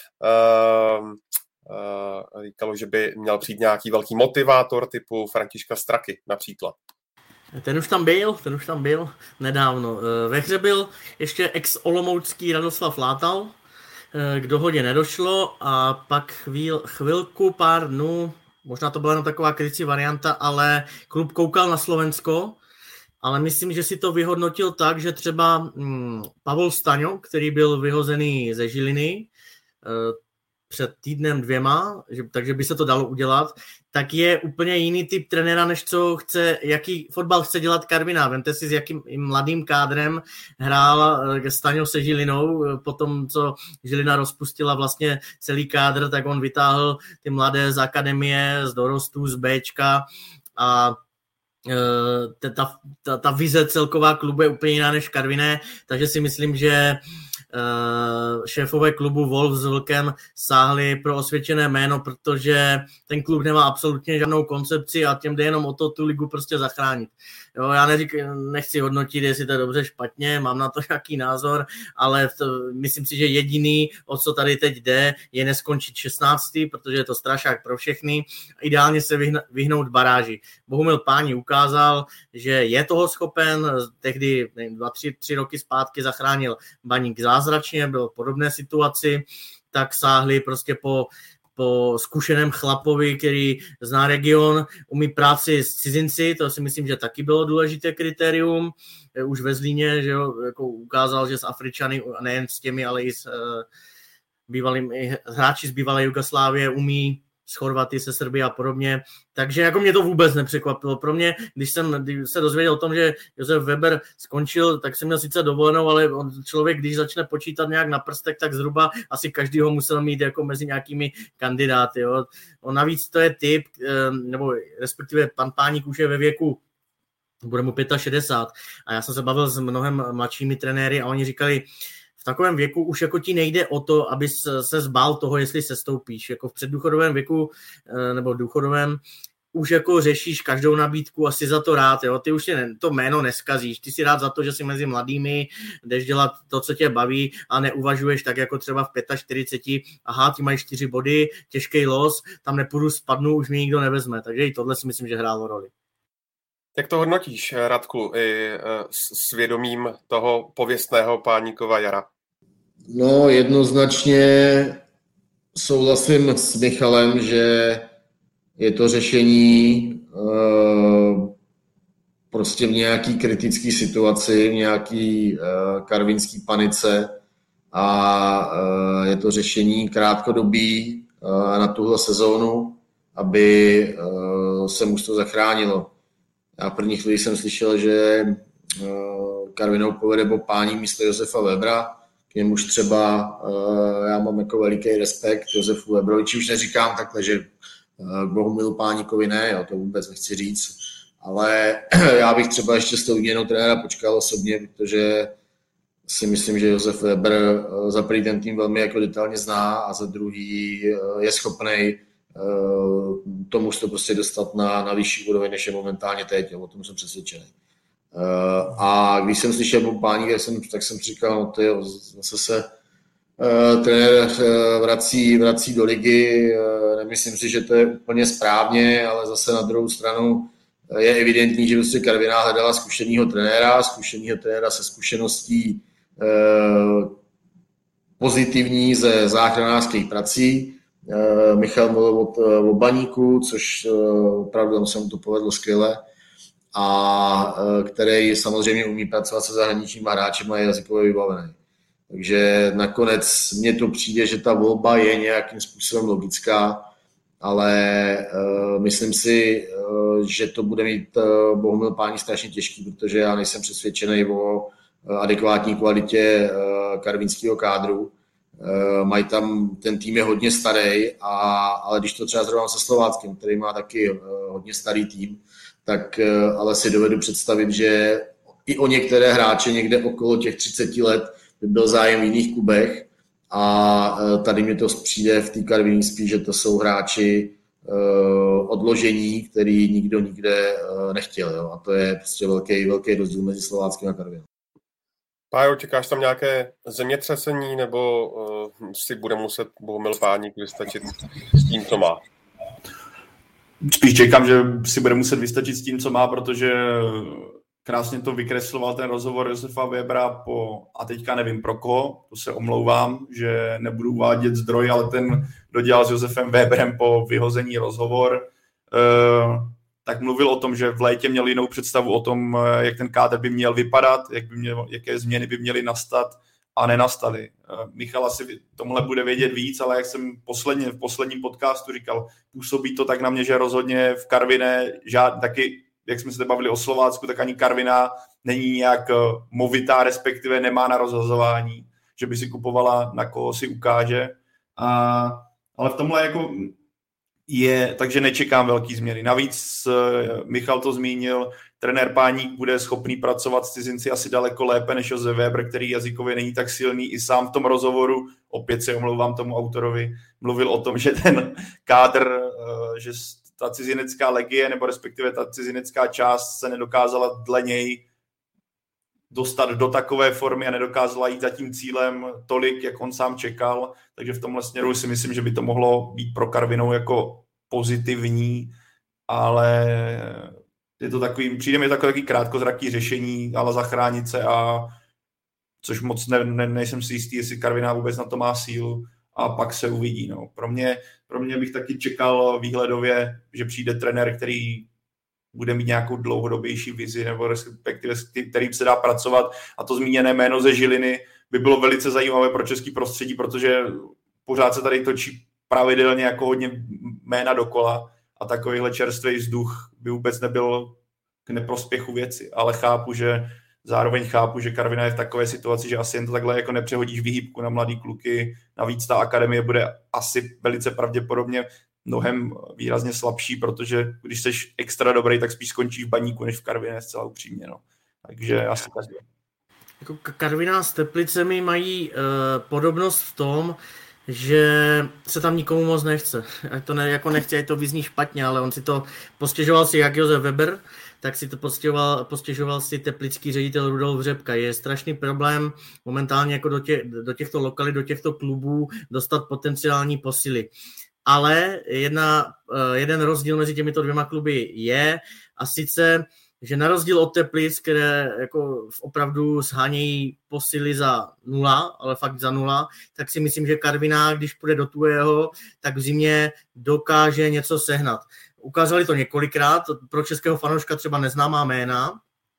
říkalo, že by měl přijít nějaký velký motivátor typu Františka Straky například. Ten už tam byl, ten už tam byl nedávno. Ve hře byl ještě ex-olomoucký Radoslav Látal, k dohodě nedošlo a pak chvíl, chvilku, pár dnů, možná to byla jenom taková krycí varianta, ale klub koukal na Slovensko, ale myslím, že si to vyhodnotil tak, že třeba hm, Pavol Staňo, který byl vyhozený ze Žiliny, před týdnem dvěma, že, takže by se to dalo udělat, tak je úplně jiný typ trenéra, než co chce, jaký fotbal chce dělat Karviná. Vemte si, s jakým mladým kádrem hrál Staňo se Žilinou, potom co Žilina rozpustila vlastně celý kádr, tak on vytáhl ty mladé z akademie, z dorostů, z Bčka a ta, ta, ta vize celková klubu je úplně jiná než Karviné, takže si myslím, že šéfové klubu Wolf s Vlkem sáhli pro osvědčené jméno, protože ten klub nemá absolutně žádnou koncepci a těm jde jenom o to tu ligu prostě zachránit. Jo, já neřík, nechci hodnotit, jestli to je dobře, špatně, mám na to nějaký názor, ale to, myslím si, že jediný, o co tady teď jde, je neskončit šestnáctý, protože je to strašák pro všechny. Ideálně se vyhnout baráži. Bohumil Páni ukázal, že je toho schopen, tehdy nevím, dva, tři, tři roky zpátky zachránil Baník zázračně, byl v podobné situaci, tak sáhli prostě po po zkušeném chlapovi, který zná region, umí práci s cizinci, to si myslím, že taky bylo důležité kritérium. Už ve Zlíně, že jo, jako ukázal, že s Afričany, nejen s těmi, ale i s uh, bývalými hráči z bývalé Jugoslávie umí s Chorvaty, se Srby a podobně. Takže jako mě to vůbec nepřekvapilo. Pro mě, když jsem když se dozvěděl o tom, že Josef Weber skončil, tak jsem měl sice dovolenou, ale on, člověk, když začne počítat nějak na prstek, tak zhruba asi každý ho musel mít jako mezi nějakými kandidáty. Jo. On navíc to je typ, nebo respektive pan Páník už je ve věku, bude mu šedesát pět a já jsem se bavil s mnohem mladšími trenéry a oni říkali, v takovém věku už jako ti nejde o to, aby se zbál toho, jestli sestoupíš. Jako v předdůchodovém věku nebo důchodovém už jako řešíš každou nabídku, asi za to rád. Jo? Ty už to jméno neskazíš. Ty si rád za to, že jsi mezi mladými, jdeš dělat to, co tě baví a neuvažuješ tak jako třeba v čtyřicet pět. Aha, ty mají čtyři body, těžký los, tam nepůjdu, spadnu, už mi nikdo nevezme. Takže i tohle si myslím, že hrálo roli. Jak to hodnotíš, Radku, i s vědomím toho pověstného Páníkova jara? No, jednoznačně souhlasím s Michalem, že je to řešení uh, prostě v nějaký kritický situaci, v nějaký uh, karvinský panice a uh, je to řešení krátkodobý uh, na tuhle sezónu, aby uh, se mužstvo zachránilo. Já v první chvíli jsem slyšel, že uh, Karvinou povede Bob Páník místo Josefa Webera. K němuž třeba uh, já mám jako veliký respekt Josefu Weberovi, či už neříkám takhle, že uh, k Bohumilu Páníkovi ne, jo, to vůbec nechci říct, ale já bych třeba ještě s tou výměnou trenéra počkal osobně, protože si myslím, že Josef Weber uh, za první ten tým velmi jako detailně zná a za druhý uh, je schopnej uh, tomu to prostě dostat na, na vyšší úroveň, než je momentálně teď, jo, o tom jsem přesvědčený. Uh, a když jsem slyšel Bob Páník, tak jsem, tak jsem říkal, no to jo, zase se uh, trenér uh, vrací, vrací do ligy, uh, nemyslím si, že to je úplně správně, ale zase na druhou stranu uh, je evidentní, že prostě Karviná hledala zkušenýho trenéra, zkušenýho trenéra se zkušeností uh, pozitivní ze záchranářských prací. Uh, Michal mluvil o, o Baníku, což uh, opravdu se mu to povedlo skvěle. A který samozřejmě umí pracovat se zahraničníma hráčem a je jazykově vybavený. Takže nakonec mně to přijde, že ta volba je nějakým způsobem logická, ale uh, myslím si, uh, že to bude mít uh, Bohumil Páník strašně těžký, protože já nejsem přesvědčený o uh, adekvátní kvalitě uh, karvinského kádru. Uh, mají tam, ten tým je hodně starý, a, ale když to třeba zrovna se Slováckem, který má taky uh, hodně starý tým, tak ale si dovedu představit, že i o některé hráče někde okolo těch třicet let by byl zájem v jiných klubech a tady mi to přijde v té Karviní spíš, že to jsou hráči odložení, který nikdo nikde nechtěl. Jo? A to je prostě velký, velký rozdíl mezi Slováckem a Karvinou. Pájo, čekáš tam nějaké zemětřesení, nebo uh, si bude muset Bohumil Páník vystačit s tím, co má? Spíš čekám, že si bude muset vystačit s tím, co má, protože krásně to vykresloval ten rozhovor Josefa Webera po, a teďka nevím pro koho, to se omlouvám, že nebudu uvádět zdroj, ale ten dodělal s Josefem Weberem po vyhození rozhovor, tak mluvil o tom, že v létě měl jinou představu o tom, jak ten kádr by měl vypadat, jak by měl, jaké změny by měly nastat a nenastaly. Michal asi tomhle bude vědět víc, ale jak jsem posledně, v posledním podcastu říkal, působí to tak na mě, že rozhodně v Karviné žád, taky, jak jsme se bavili o Slovácku, tak ani Karviná není nějak movitá, respektive nemá na rozhazování, že by si kupovala, na koho si ukáže. A, ale v tomhle jako je, takže nečekám velký změny. Navíc Michal to zmínil, trenér Páník bude schopný pracovat s cizinci asi daleko lépe než Josef Weber, který jazykově není tak silný. I sám v tom rozhovoru, opět se omlouvám tomu autorovi, mluvil o tom, že ten kádr, že ta cizinecká legie, nebo respektive ta cizinecká část se nedokázala dle něj dostat do takové formy a nedokázala jít za tím cílem tolik, jak on sám čekal. Takže v tomhle směru si myslím, že by to mohlo být pro Karvinou jako pozitivní, ale je to takový, přijde mi takové takový krátkozraký řešení, ale zachránit se, a což moc ne, ne, nejsem si jistý, jestli Karviná vůbec na to má sílu, a pak se uvidí. No. Pro mě, pro mě bych taky čekal výhledově, že přijde trenér, který bude mít nějakou dlouhodobější vizi, nebo respektive s kterým se dá pracovat, a to zmíněné jméno ze Žiliny by bylo velice zajímavé pro český prostředí, protože pořád se tady točí pravidelně jako hodně jména dokola a takovýhle čerstvý vzduch by vůbec nebyl k neprospěchu věci, ale chápu, že zároveň chápu, že Karviná je v takové situaci, že asi jen to takhle jako nepřehodíš výhybku na mladý kluky, navíc ta akademie bude asi velice pravděpodobně mnohem výrazně slabší, protože když jsi extra dobrý, tak spíš skončíš v Baníku než v Karviné, zcela upřímně. No. Takže asi tak. Jako Karviná s Teplicemi mají uh, podobnost v tom, že se tam nikomu moc nechce. Ať to ne, jako nechce, ať to vyzní špatně, ale on si to postěžoval si jak Josef Weber, tak si to postěžoval, postěžoval si teplický ředitel Rudolf Řepka. Je strašný problém momentálně jako do, tě, do těchto lokalit, do těchto klubů dostat potenciální posily. Ale jedna, jeden rozdíl mezi těmito dvěma kluby je, a sice, že na rozdíl od Teplic, které jako opravdu shánějí posily za nula, ale fakt za nula, tak si myslím, že Karviná, když půjde do tuého, tak v zimě dokáže něco sehnat. Ukázali to několikrát, pro českého fanouška třeba neznámá jména,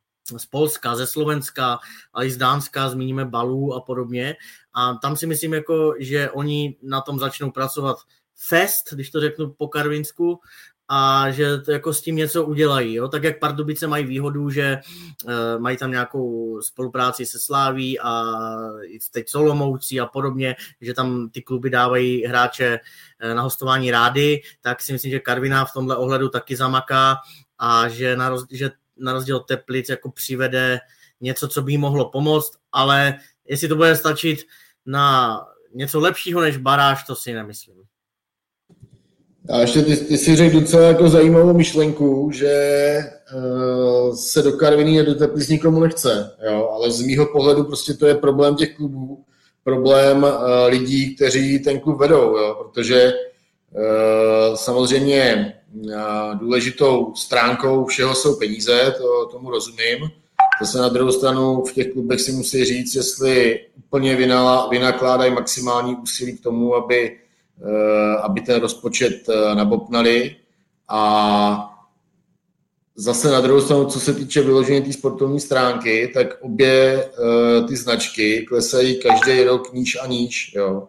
z Polska, ze Slovenska, ale i z Dánska, zmíníme Balů a podobně. A tam si myslím, jako, že oni na tom začnou pracovat fest, když to řeknu po karvinsku, a že to jako s tím něco udělají. Jo? Tak jak Pardubice mají výhodu, že uh, mají tam nějakou spolupráci se Sláví a teď Solomoucí a podobně, že tam ty kluby dávají hráče uh, na hostování rády, tak si myslím, že Karviná v tomhle ohledu taky zamaká a že na, roz, že na rozdíl od Teplic jako přivede něco, co by jí mohlo pomoct, ale jestli to bude stačit na něco lepšího než baráž, to si nemyslím. A ještě ty, ty si řekl docela jako zajímavou myšlenku, že uh, se do Karviní a do Teplic nikomu nechce, jo? Ale z mýho pohledu prostě to je problém těch klubů, problém uh, lidí, kteří ten klub vedou, jo? Protože uh, samozřejmě uh, důležitou stránkou všeho jsou peníze, to, tomu rozumím. Zase na druhou stranu v těch klubech si musí říct, jestli úplně vynala, vynakládají maximální úsilí k tomu, aby aby ten rozpočet nabopnali, a zase na druhou stranu, co se týče vyložení té sportovní stránky, tak obě ty značky klesají každý rok níž a níž. Jo.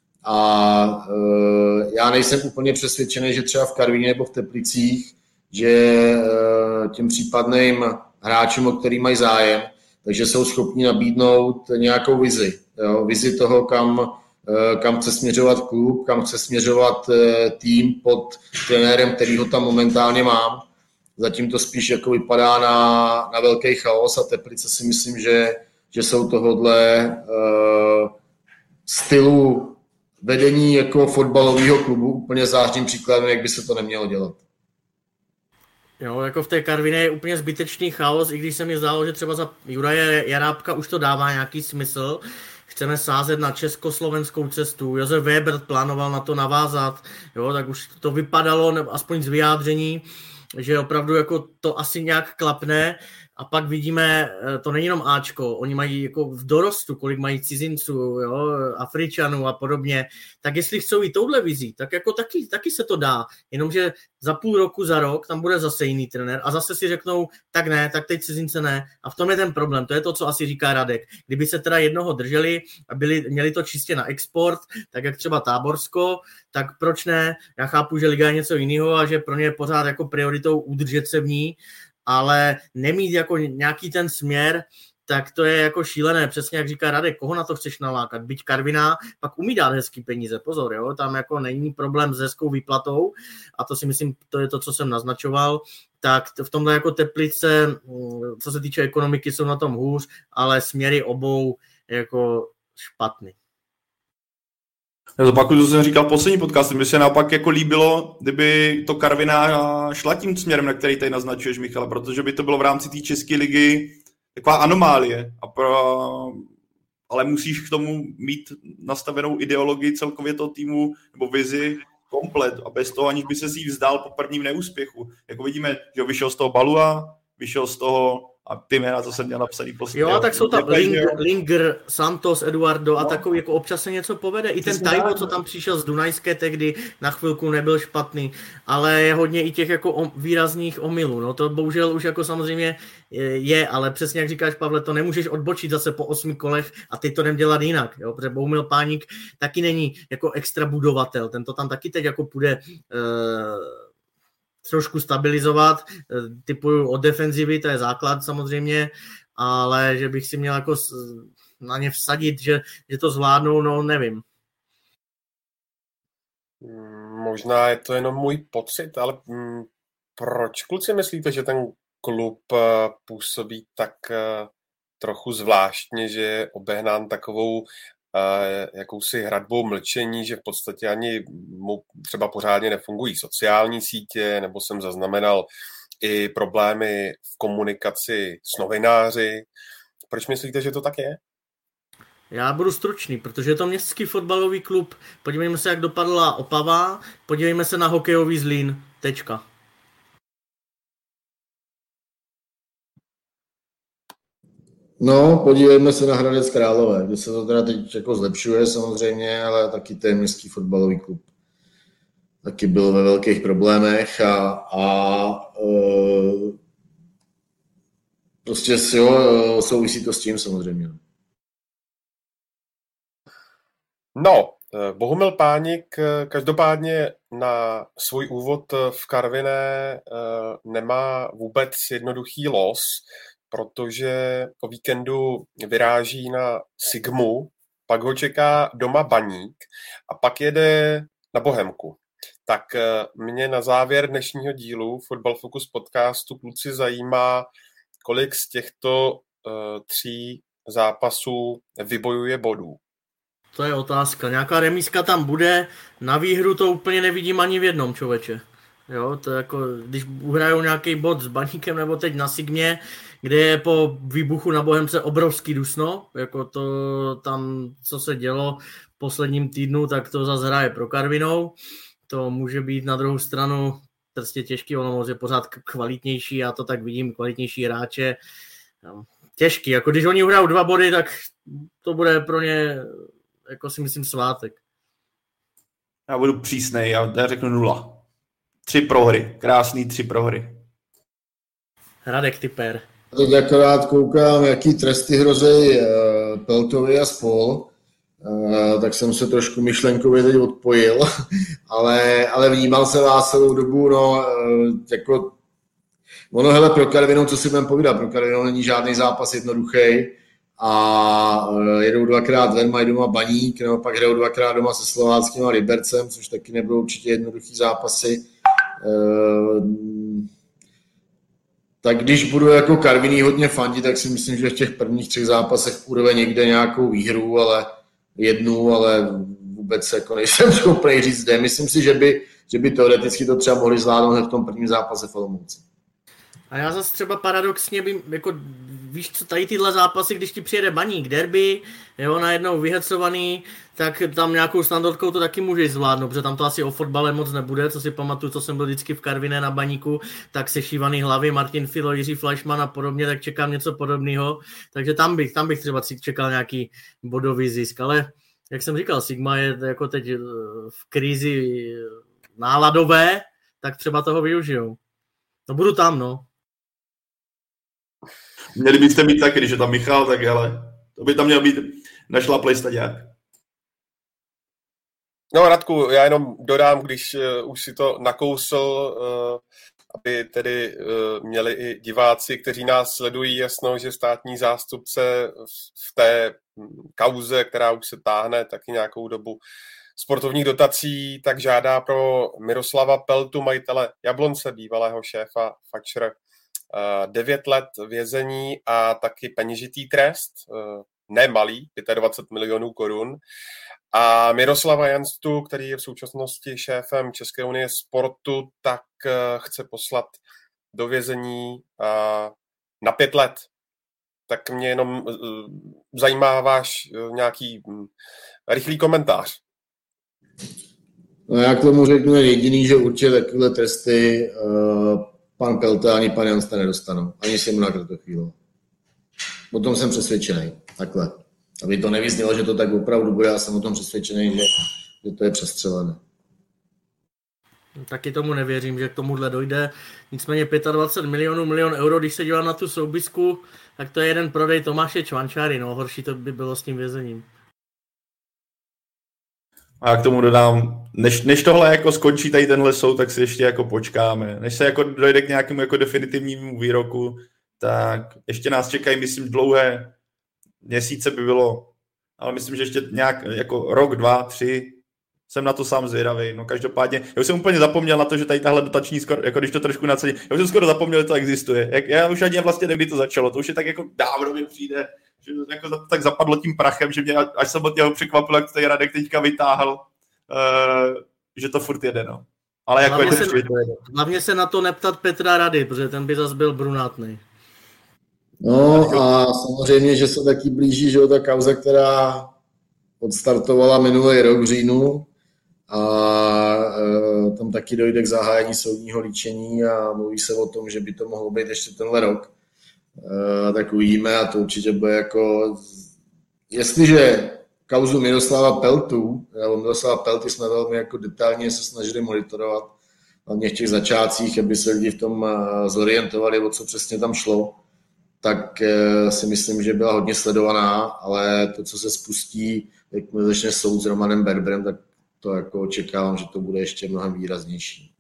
A já nejsem úplně přesvědčený, že třeba v Karvině nebo v Teplicích, že těm případným hráčům, o který mají zájem, takže jsou schopni nabídnout nějakou vizi. Jo. Vizi toho, kam kam chce směřovat klub, kam chce směřovat tým pod trenérem, který ho tam momentálně mám. Zatím to spíš jako vypadá na, na velký chaos, a Teplice si myslím, že, že jsou tohodle uh, stylu vedení jako fotbalového klubu úplně zářným příkladem, jak by se to nemělo dělat. Jo, jako v té Karvině je úplně zbytečný chaos, i když se mi zdálo, že třeba za Juraje Jarábka už to dává nějaký smysl. Chceme sázet na československou cestu. Josef Weber plánoval na to navázat, jo, tak už to vypadalo, nebo aspoň z vyjádření, že opravdu jako to asi nějak klapne, a pak vidíme, to není jenom Ačko, oni mají jako v dorostu, kolik mají cizinců, jo, Afričanů a podobně, tak jestli chcou jít touhle vizí, tak jako taky, taky se to dá, jenomže za půl roku, za rok tam bude zase jiný trenér a zase si řeknou, tak ne, tak teď cizince ne a v tom je ten problém, to je to, co asi říká Radek. Kdyby se teda jednoho drželi a byli, měli to čistě na export, tak jak třeba Táborsko, tak proč ne? Já chápu, že liga je něco jiného a že pro ně je pořád jako prioritou udržet se v ní, ale nemít jako nějaký ten směr, tak to je jako šílené, přesně jak říká Radek, koho na to chceš nalákat, byť Karviná pak umí dát hezký peníze, pozor, jo, tam jako není problém s hezkou výplatou a to si myslím, to je to, co jsem naznačoval, tak v tomhle jako Teplice, co se týče ekonomiky, jsou na tom hůř, ale směry obou jako špatný. Já zopakuju, co jsem říkal v poslední podcastu. Mně se naopak jako líbilo, kdyby to Karviná šla tím směrem, na který tady naznačuješ, Michale, protože by to bylo v rámci té české ligy taková anomálie. A pro... Ale musíš k tomu mít nastavenou ideologii celkově toho týmu nebo vizi komplet a bez toho, aniž by se si vzdal po prvním neúspěchu. Jako vidíme, že vyšel z toho Balua, vyšel z toho a ty jména, co jsem měl napsaný posledně. Jo, a tak jsou tam Linger, Linger, Santos, Eduardo a no. Takový, jako občas se něco povede. I ten Tajbo, co tam přišel z Dunajské tehdy, na chvilku nebyl špatný, ale je hodně i těch jako výrazných omylů. No to bohužel už jako samozřejmě je, ale přesně jak říkáš, Pavle, to nemůžeš odbočit zase po osmi kolech a ty to jdem dělat jinak, jo, protože Bohumil Páník taky není jako extra budovatel, ten to tam taky teď jako půjde uh, trošku stabilizovat, typuju od defenzivy, to je základ samozřejmě, ale že bych si měl jako na ně vsadit, že, že to zvládnou, no nevím. Možná je to jenom můj pocit, ale hm, proč kluci myslíte, že ten klub působí tak trochu zvláštně, že je obehnán takovou jakousi hradbou mlčení, že v podstatě ani mu třeba pořádně nefungují sociální sítě, nebo jsem zaznamenal i problémy v komunikaci s novináři. Proč myslíte, že to tak je? Já budu stručný, protože je to městský fotbalový klub. Podívejme se, jak dopadla Opava, podívejme se na hokejový Zlín. Tečka. No, podívejme se na Hradec Králové, kde se to teda teď jako zlepšuje samozřejmě, ale taky to je městský fotbalový klub. Taky byl ve velkých problémech a, a e, prostě jo, souvisí to s tím samozřejmě. No, Bohumil Páník každopádně na svůj úvod v Karviné nemá vůbec jednoduchý los, protože po víkendu vyráží na Sigmu, pak ho čeká doma Baník a pak jede na Bohemku. Tak mě na závěr dnešního dílu Fotbal Focus podcastu kluci zajímá, kolik z těchto uh, tří zápasů vybojuje bodů. To je otázka. Nějaká remízka tam bude, na výhru to úplně nevidím ani v jednom, člověče. Jo, to jako, když uhrajou nějaký bod s Baníkem nebo teď na Sigmě, kde je po výbuchu na Bohemce obrovský dusno, jako to tam, co se dělo v posledním týdnu, tak to zase hraje pro Karvinou. To může být na druhou stranu prostě těžký, ono je pořád kvalitnější, já to tak vidím, kvalitnější hráče. Těžký, jako když oni uhrajou dva body, tak to bude pro ně, jako si myslím, svátek. Já budu přísnej, já, já řeknu nula. Tři prohry, krásný tři prohry. Radek Typer. Teď akorát koukám, jaký tresty hrozí Peltovi a spol, tak jsem se trošku myšlenkově teď odpojil, ale, ale vnímal jsem vás celou dobu, no, jako, ono, hele, pro Karvinou, co si budeme povídat, pro Karvinou není žádný zápas jednoduchý a jedou dvakrát ven, mají doma Baník, nebo pak hrajou dvakrát doma se Slováckým a Libercem, což taky nebudou určitě jednoduchý zápasy. Tak když budu jako Karviný hodně fandit, tak si myslím, že v těch prvních třech zápasech urve někde nějakou výhru, ale jednu, ale vůbec jako nejsem schopný říct zde. Myslím si, že by, že by teoreticky to třeba mohli zvládnout v tom prvním zápase v Olomouci. A já zase třeba paradoxně by, jako, víš co, tady tyhle zápasy, když ti přijede Baník, derby, jo, najednou vyhecovaný, tak tam nějakou standardkou to taky můžeš zvládnout, protože tam to asi o fotbale moc nebude, co si pamatuju, co jsem byl vždycky v Karviné na Baníku, tak sešívaný hlavy, Martin Filo, Jiří Fleischmann a podobně, tak čekám něco podobného, takže tam bych, tam bych třeba čekal nějaký bodový zisk, ale jak jsem říkal, Sigma je jako teď v krizi náladové, tak třeba toho využijou. No budu tam, no. Měli byste mít taky, když je tam Michal, tak hele, to by tam měl být našláplej staďák. No Radku, já jenom dodám, když uh, už si to nakousl, uh, aby tedy uh, měli i diváci, kteří nás sledují, jasno, že státní zástupce v té kauze, která už se táhne taky nějakou dobu sportovních dotací, tak žádá pro Miroslava Peltu, majitele Jablonce, bývalého šéfa Fatcher, devět let vězení a taky peněžitý trest, nemalý, dvacet pět milionů korun. A Miroslava Janstu, který je v současnosti šéfem České unie sportu, tak chce poslat do vězení na pět let. Tak mě jenom zajímá váš nějaký rychlý komentář. No já k tomu řeknu jediný, že určitě takovéhle testy uh, pan Pelta ani pan Jansta nedostanou. Ani si mu na kratochvíli. O tom jsem přesvědčený. Takhle. Aby to nevyznělo, že to tak opravdu bude, já jsem o tom přesvědčený, že, že to je přestřelené. Taky tomu nevěřím, že k tomuhle dojde. Nicméně dvacet pět milionů, milion euro, když se dívám na tu soubisku, tak to je jeden prodej Tomáše Čvančáry. No, horší to by bylo s tím vězením. A já k tomu dodám, než, než tohle jako skončí tady tenhle soud, tak si ještě jako počkáme. Než se jako dojde k nějakému jako definitivnímu výroku, tak ještě nás čekají, myslím, dlouhé měsíce by bylo, ale myslím, že ještě nějak jako rok, dva, tři, jsem na to sám zvědavý. No každopádně, já už jsem úplně zapomněl na to, že tady tahle dotační, skoro, jako když to trošku nacení, já už jsem skoro zapomněl, že to existuje. Jak, já už ani vlastně nevím, kdy to začalo, to už je tak jako dávno mi přijde, že to jako tak zapadlo tím prachem, že mě až samotného překvapilo, jak tady Radek teďka vytáhl, uh, že to furt jede, no. Ale jako hlavně, je to se, hlavně se na to neptat Petra Rady, protože ten by zase byl brunátnej. No a samozřejmě, že se taky blíží, že jo, ta kauza, která odstartovala minulý rok v říjnu a e, tam taky dojde k zahájení soudního líčení a mluví se o tom, že by to mohlo být ještě tenhle rok. E, tak uvidíme a to určitě bude jako, jestliže kauzu Miroslava Peltu, nebo Miroslava Pelty jsme velmi jako detailně se snažili monitorovat, hlavně v těch začátcích, aby se lidi v tom zorientovali, o co přesně tam šlo, tak si myslím, že byla hodně sledovaná, ale to, co se spustí, jak začne soud s Romanem Berberem, tak to jako očekávám, že to bude ještě mnohem výraznější.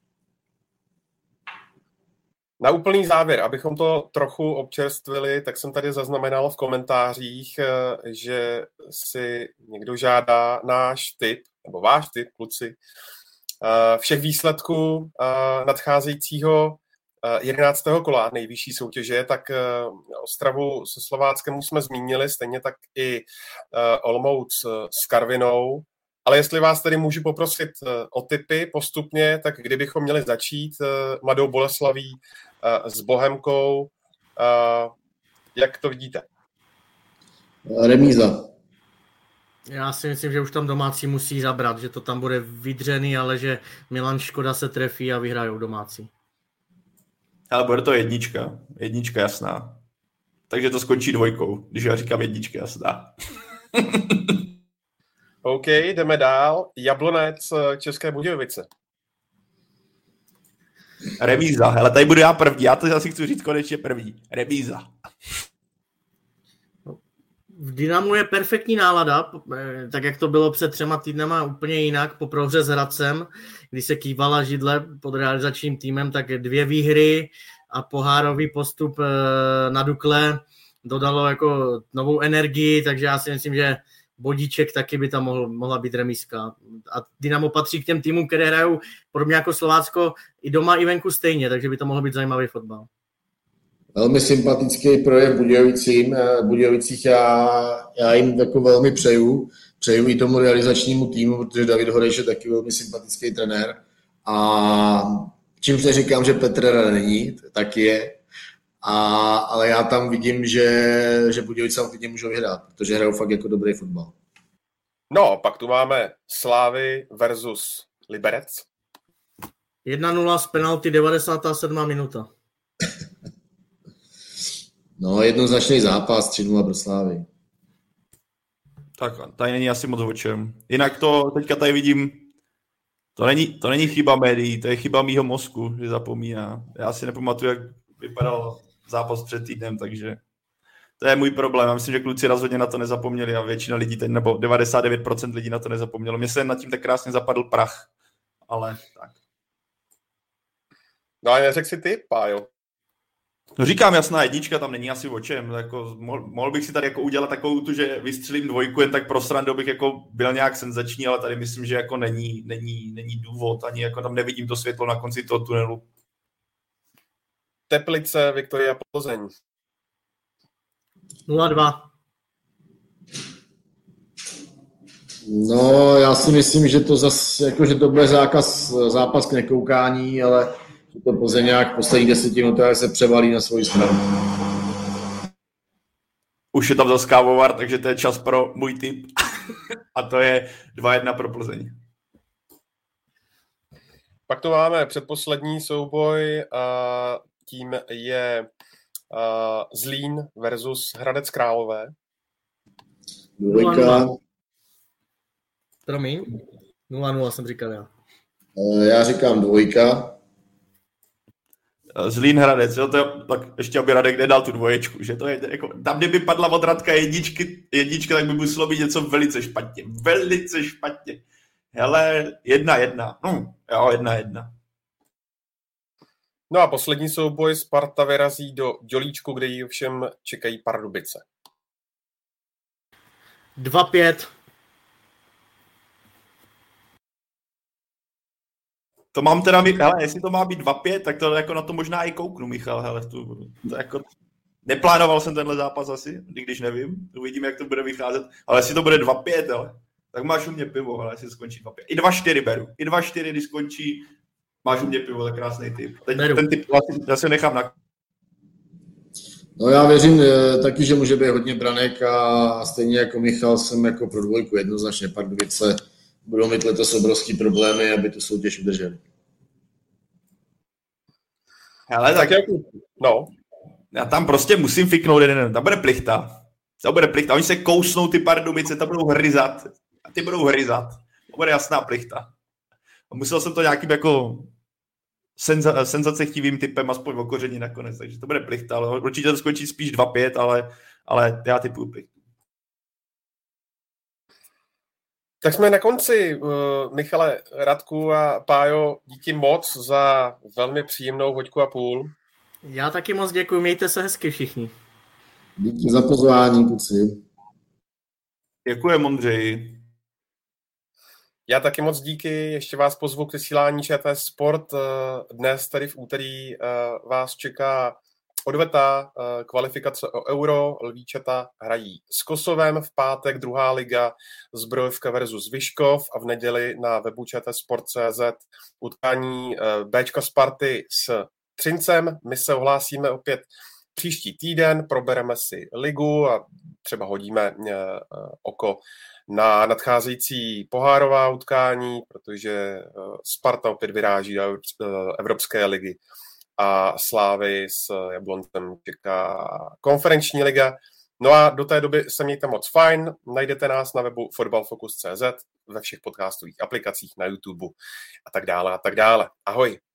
Na úplný závěr, abychom to trochu občerstvili, tak jsem tady zaznamenal v komentářích, že si někdo žádá náš tip, nebo váš tip, kluci, všech výsledků nadcházejícího jedenáctého kola nejvyšší soutěže, tak Ostravu se Slováckem jsme zmínili, stejně tak i Olomouc s Karvinou. Ale jestli vás tedy můžu poprosit o tipy postupně, tak kdybychom měli začít Mladou Boleslaví s Bohemkou, jak to vidíte? Remíza. Já si myslím, že už tam domácí musí zabrat, že to tam bude vydřený, ale že Milan Škoda se trefí a vyhrajou domácí. Ale bude to jednička. Jednička jasná. Takže to skončí dvojkou, když já říkám jednička jasná. OK, jdeme dál. Jablonec, České Budějovice. Remíza. Hele, tady budu já první. Já to asi chci říct konečně první. Remíza. V Dynamu je perfektní nálada, tak jak to bylo před třema týdnama úplně jinak po prohře s Hradcem, kdy se kývala židle pod realizačním týmem, tak dvě výhry a pohárový postup na Dukle dodalo jako novou energii, takže já si myslím, že bodíček taky by tam mohl, mohla být remízka. A Dynamo patří k těm týmům, které hrajou podobně jako Slovácko i doma, i venku stejně, takže by to mohl být zajímavý fotbal. Velmi sympatický projev Budějovicím. Budějovicích já, já jim jako velmi přeju. Přeju i tomu realizačnímu týmu, protože David Horejš je taky velmi sympatický trenér. A čímž neříkám, že Petr Rada není, tak je. A, ale já tam vidím, že, že Budějovice klidně můžou vyhrát, protože hrajou fakt jako dobrý fotbal. No, pak tu máme Slávy versus Liberec. jedna nula z penalty, devadesátá sedmá minuta. No, jednoznačný zápas, tři nula pro Slávy. Tak tady není asi moc o čem. Jinak to teďka tady vidím, to není, to není chyba médií, to je chyba mýho mozku, že zapomíná. Já si nepamatuju, jak vypadal zápas před týdnem, takže to je můj problém. Já myslím, že kluci rozhodně na to nezapomněli a většina lidí, teď, nebo devadesát devět procent lidí na to nezapomnělo. Mně se nad tím tak krásně zapadl prach, ale tak. No a neřekl si ty, Pájo. No říkám, jasná jednička, tam není asi o čem. Jako, mohl, mohl bych si tady jako udělat takovou tu, že vystřelím dvojku, jen tak pro srandu bych jako byl nějak senzační, ale tady myslím, že jako není, není, není důvod, ani jako tam nevidím to světlo na konci toho tunelu. Teplice, Viktoria, Plzeň. nula dva. No, já si myslím, že to zase, jako, že to bude zákaz, zápas k nekoukání, ale že to Plzeň nějak v posledních deseti minutách se převalí na svoji stranu. Už je tam zase kávovar, takže to je čas pro můj tip. A to je dva jedna pro Plzeň. Pak tu máme předposlední souboj, a tím je a, Zlín versus Hradec Králové. Dvojka. Promiň, nula nula jsem říkal já. Já říkám dvojka. Zlín Hradec, jo, to je, tak ještě aby Radek nedal tu dvoječku, že to je jako, tam kdyby padla od Radka jedničky, jednička, tak by muselo být něco velice špatně, velice špatně. Hele, jedna jedna, hm, jo, jedna jedna. No a poslední souboj, Sparta vyrazí do Dělíčku, kde ji všem čekají Pardubice. dva pět. To mám teda, hele, jestli to má být dva pět, tak to jako na to možná i kouknu, Michal, hele, tu, to jako, neplánoval jsem tenhle zápas asi, i když nevím, uvidím, jak to bude vycházet, ale jestli to bude dva pět, hele, tak máš u mě pivo, hele, jestli skončí dva pět. I dva čtyři beru, i dva čtyři, když skončí, máš u mě pivo, tak krásný tip. Teď beru. Ten tip já si nechám na... No já věřím taky, že může být hodně branek a stejně jako Michal jsem jako pro dvojku jednoznačně Pardubice budou mít letos obrovský problémy, aby tu soutěž udrželi. Hele, tak jak... No. Já tam prostě musím fiknout jeden, tam bude plichta. To bude plichta. Oni se kousnou ty Pardubice, to budou hryzat. A ty budou hryzat. To bude jasná plichta. A musel jsem to nějakým jako senza, senzacechtivým typem aspoň okoření nakonec, takže to bude plichta, ale určitě to skončí spíš dva pět, ale, ale já typuju plichtu. Tak jsme na konci. Uh, Michale, Radku a Pájo, díky moc za velmi příjemnou hoďku a půl. Já taky moc děkuji, mějte se hezky všichni. Díky za pozvání, kluci. Děkujem, Ondřej. Já taky moc díky, ještě vás pozvu k vysílání ČT Sport. Dnes, tady v úterý, vás čeká odveta kvalifikace o Euro. Lvíčata hrají s Kosovem, v pátek druhá liga Zbrojovka versus Vyškov a v neděli na webu čtsport tečka cé zet utkání Bčka Sparty s Třincem. My se ohlásíme opět příští týden, probereme si ligu a třeba hodíme oko na nadcházející pohárová utkání, protože Sparta opět vyráží do Evropské ligy a Slávy s Jabloncem čeká konferenční liga. No a do té doby se mějte moc fajn, najdete nás na webu fotbalfocus tečka cé zet, ve všech podcastových aplikacích, na YouTube a tak dále a tak dále. Ahoj.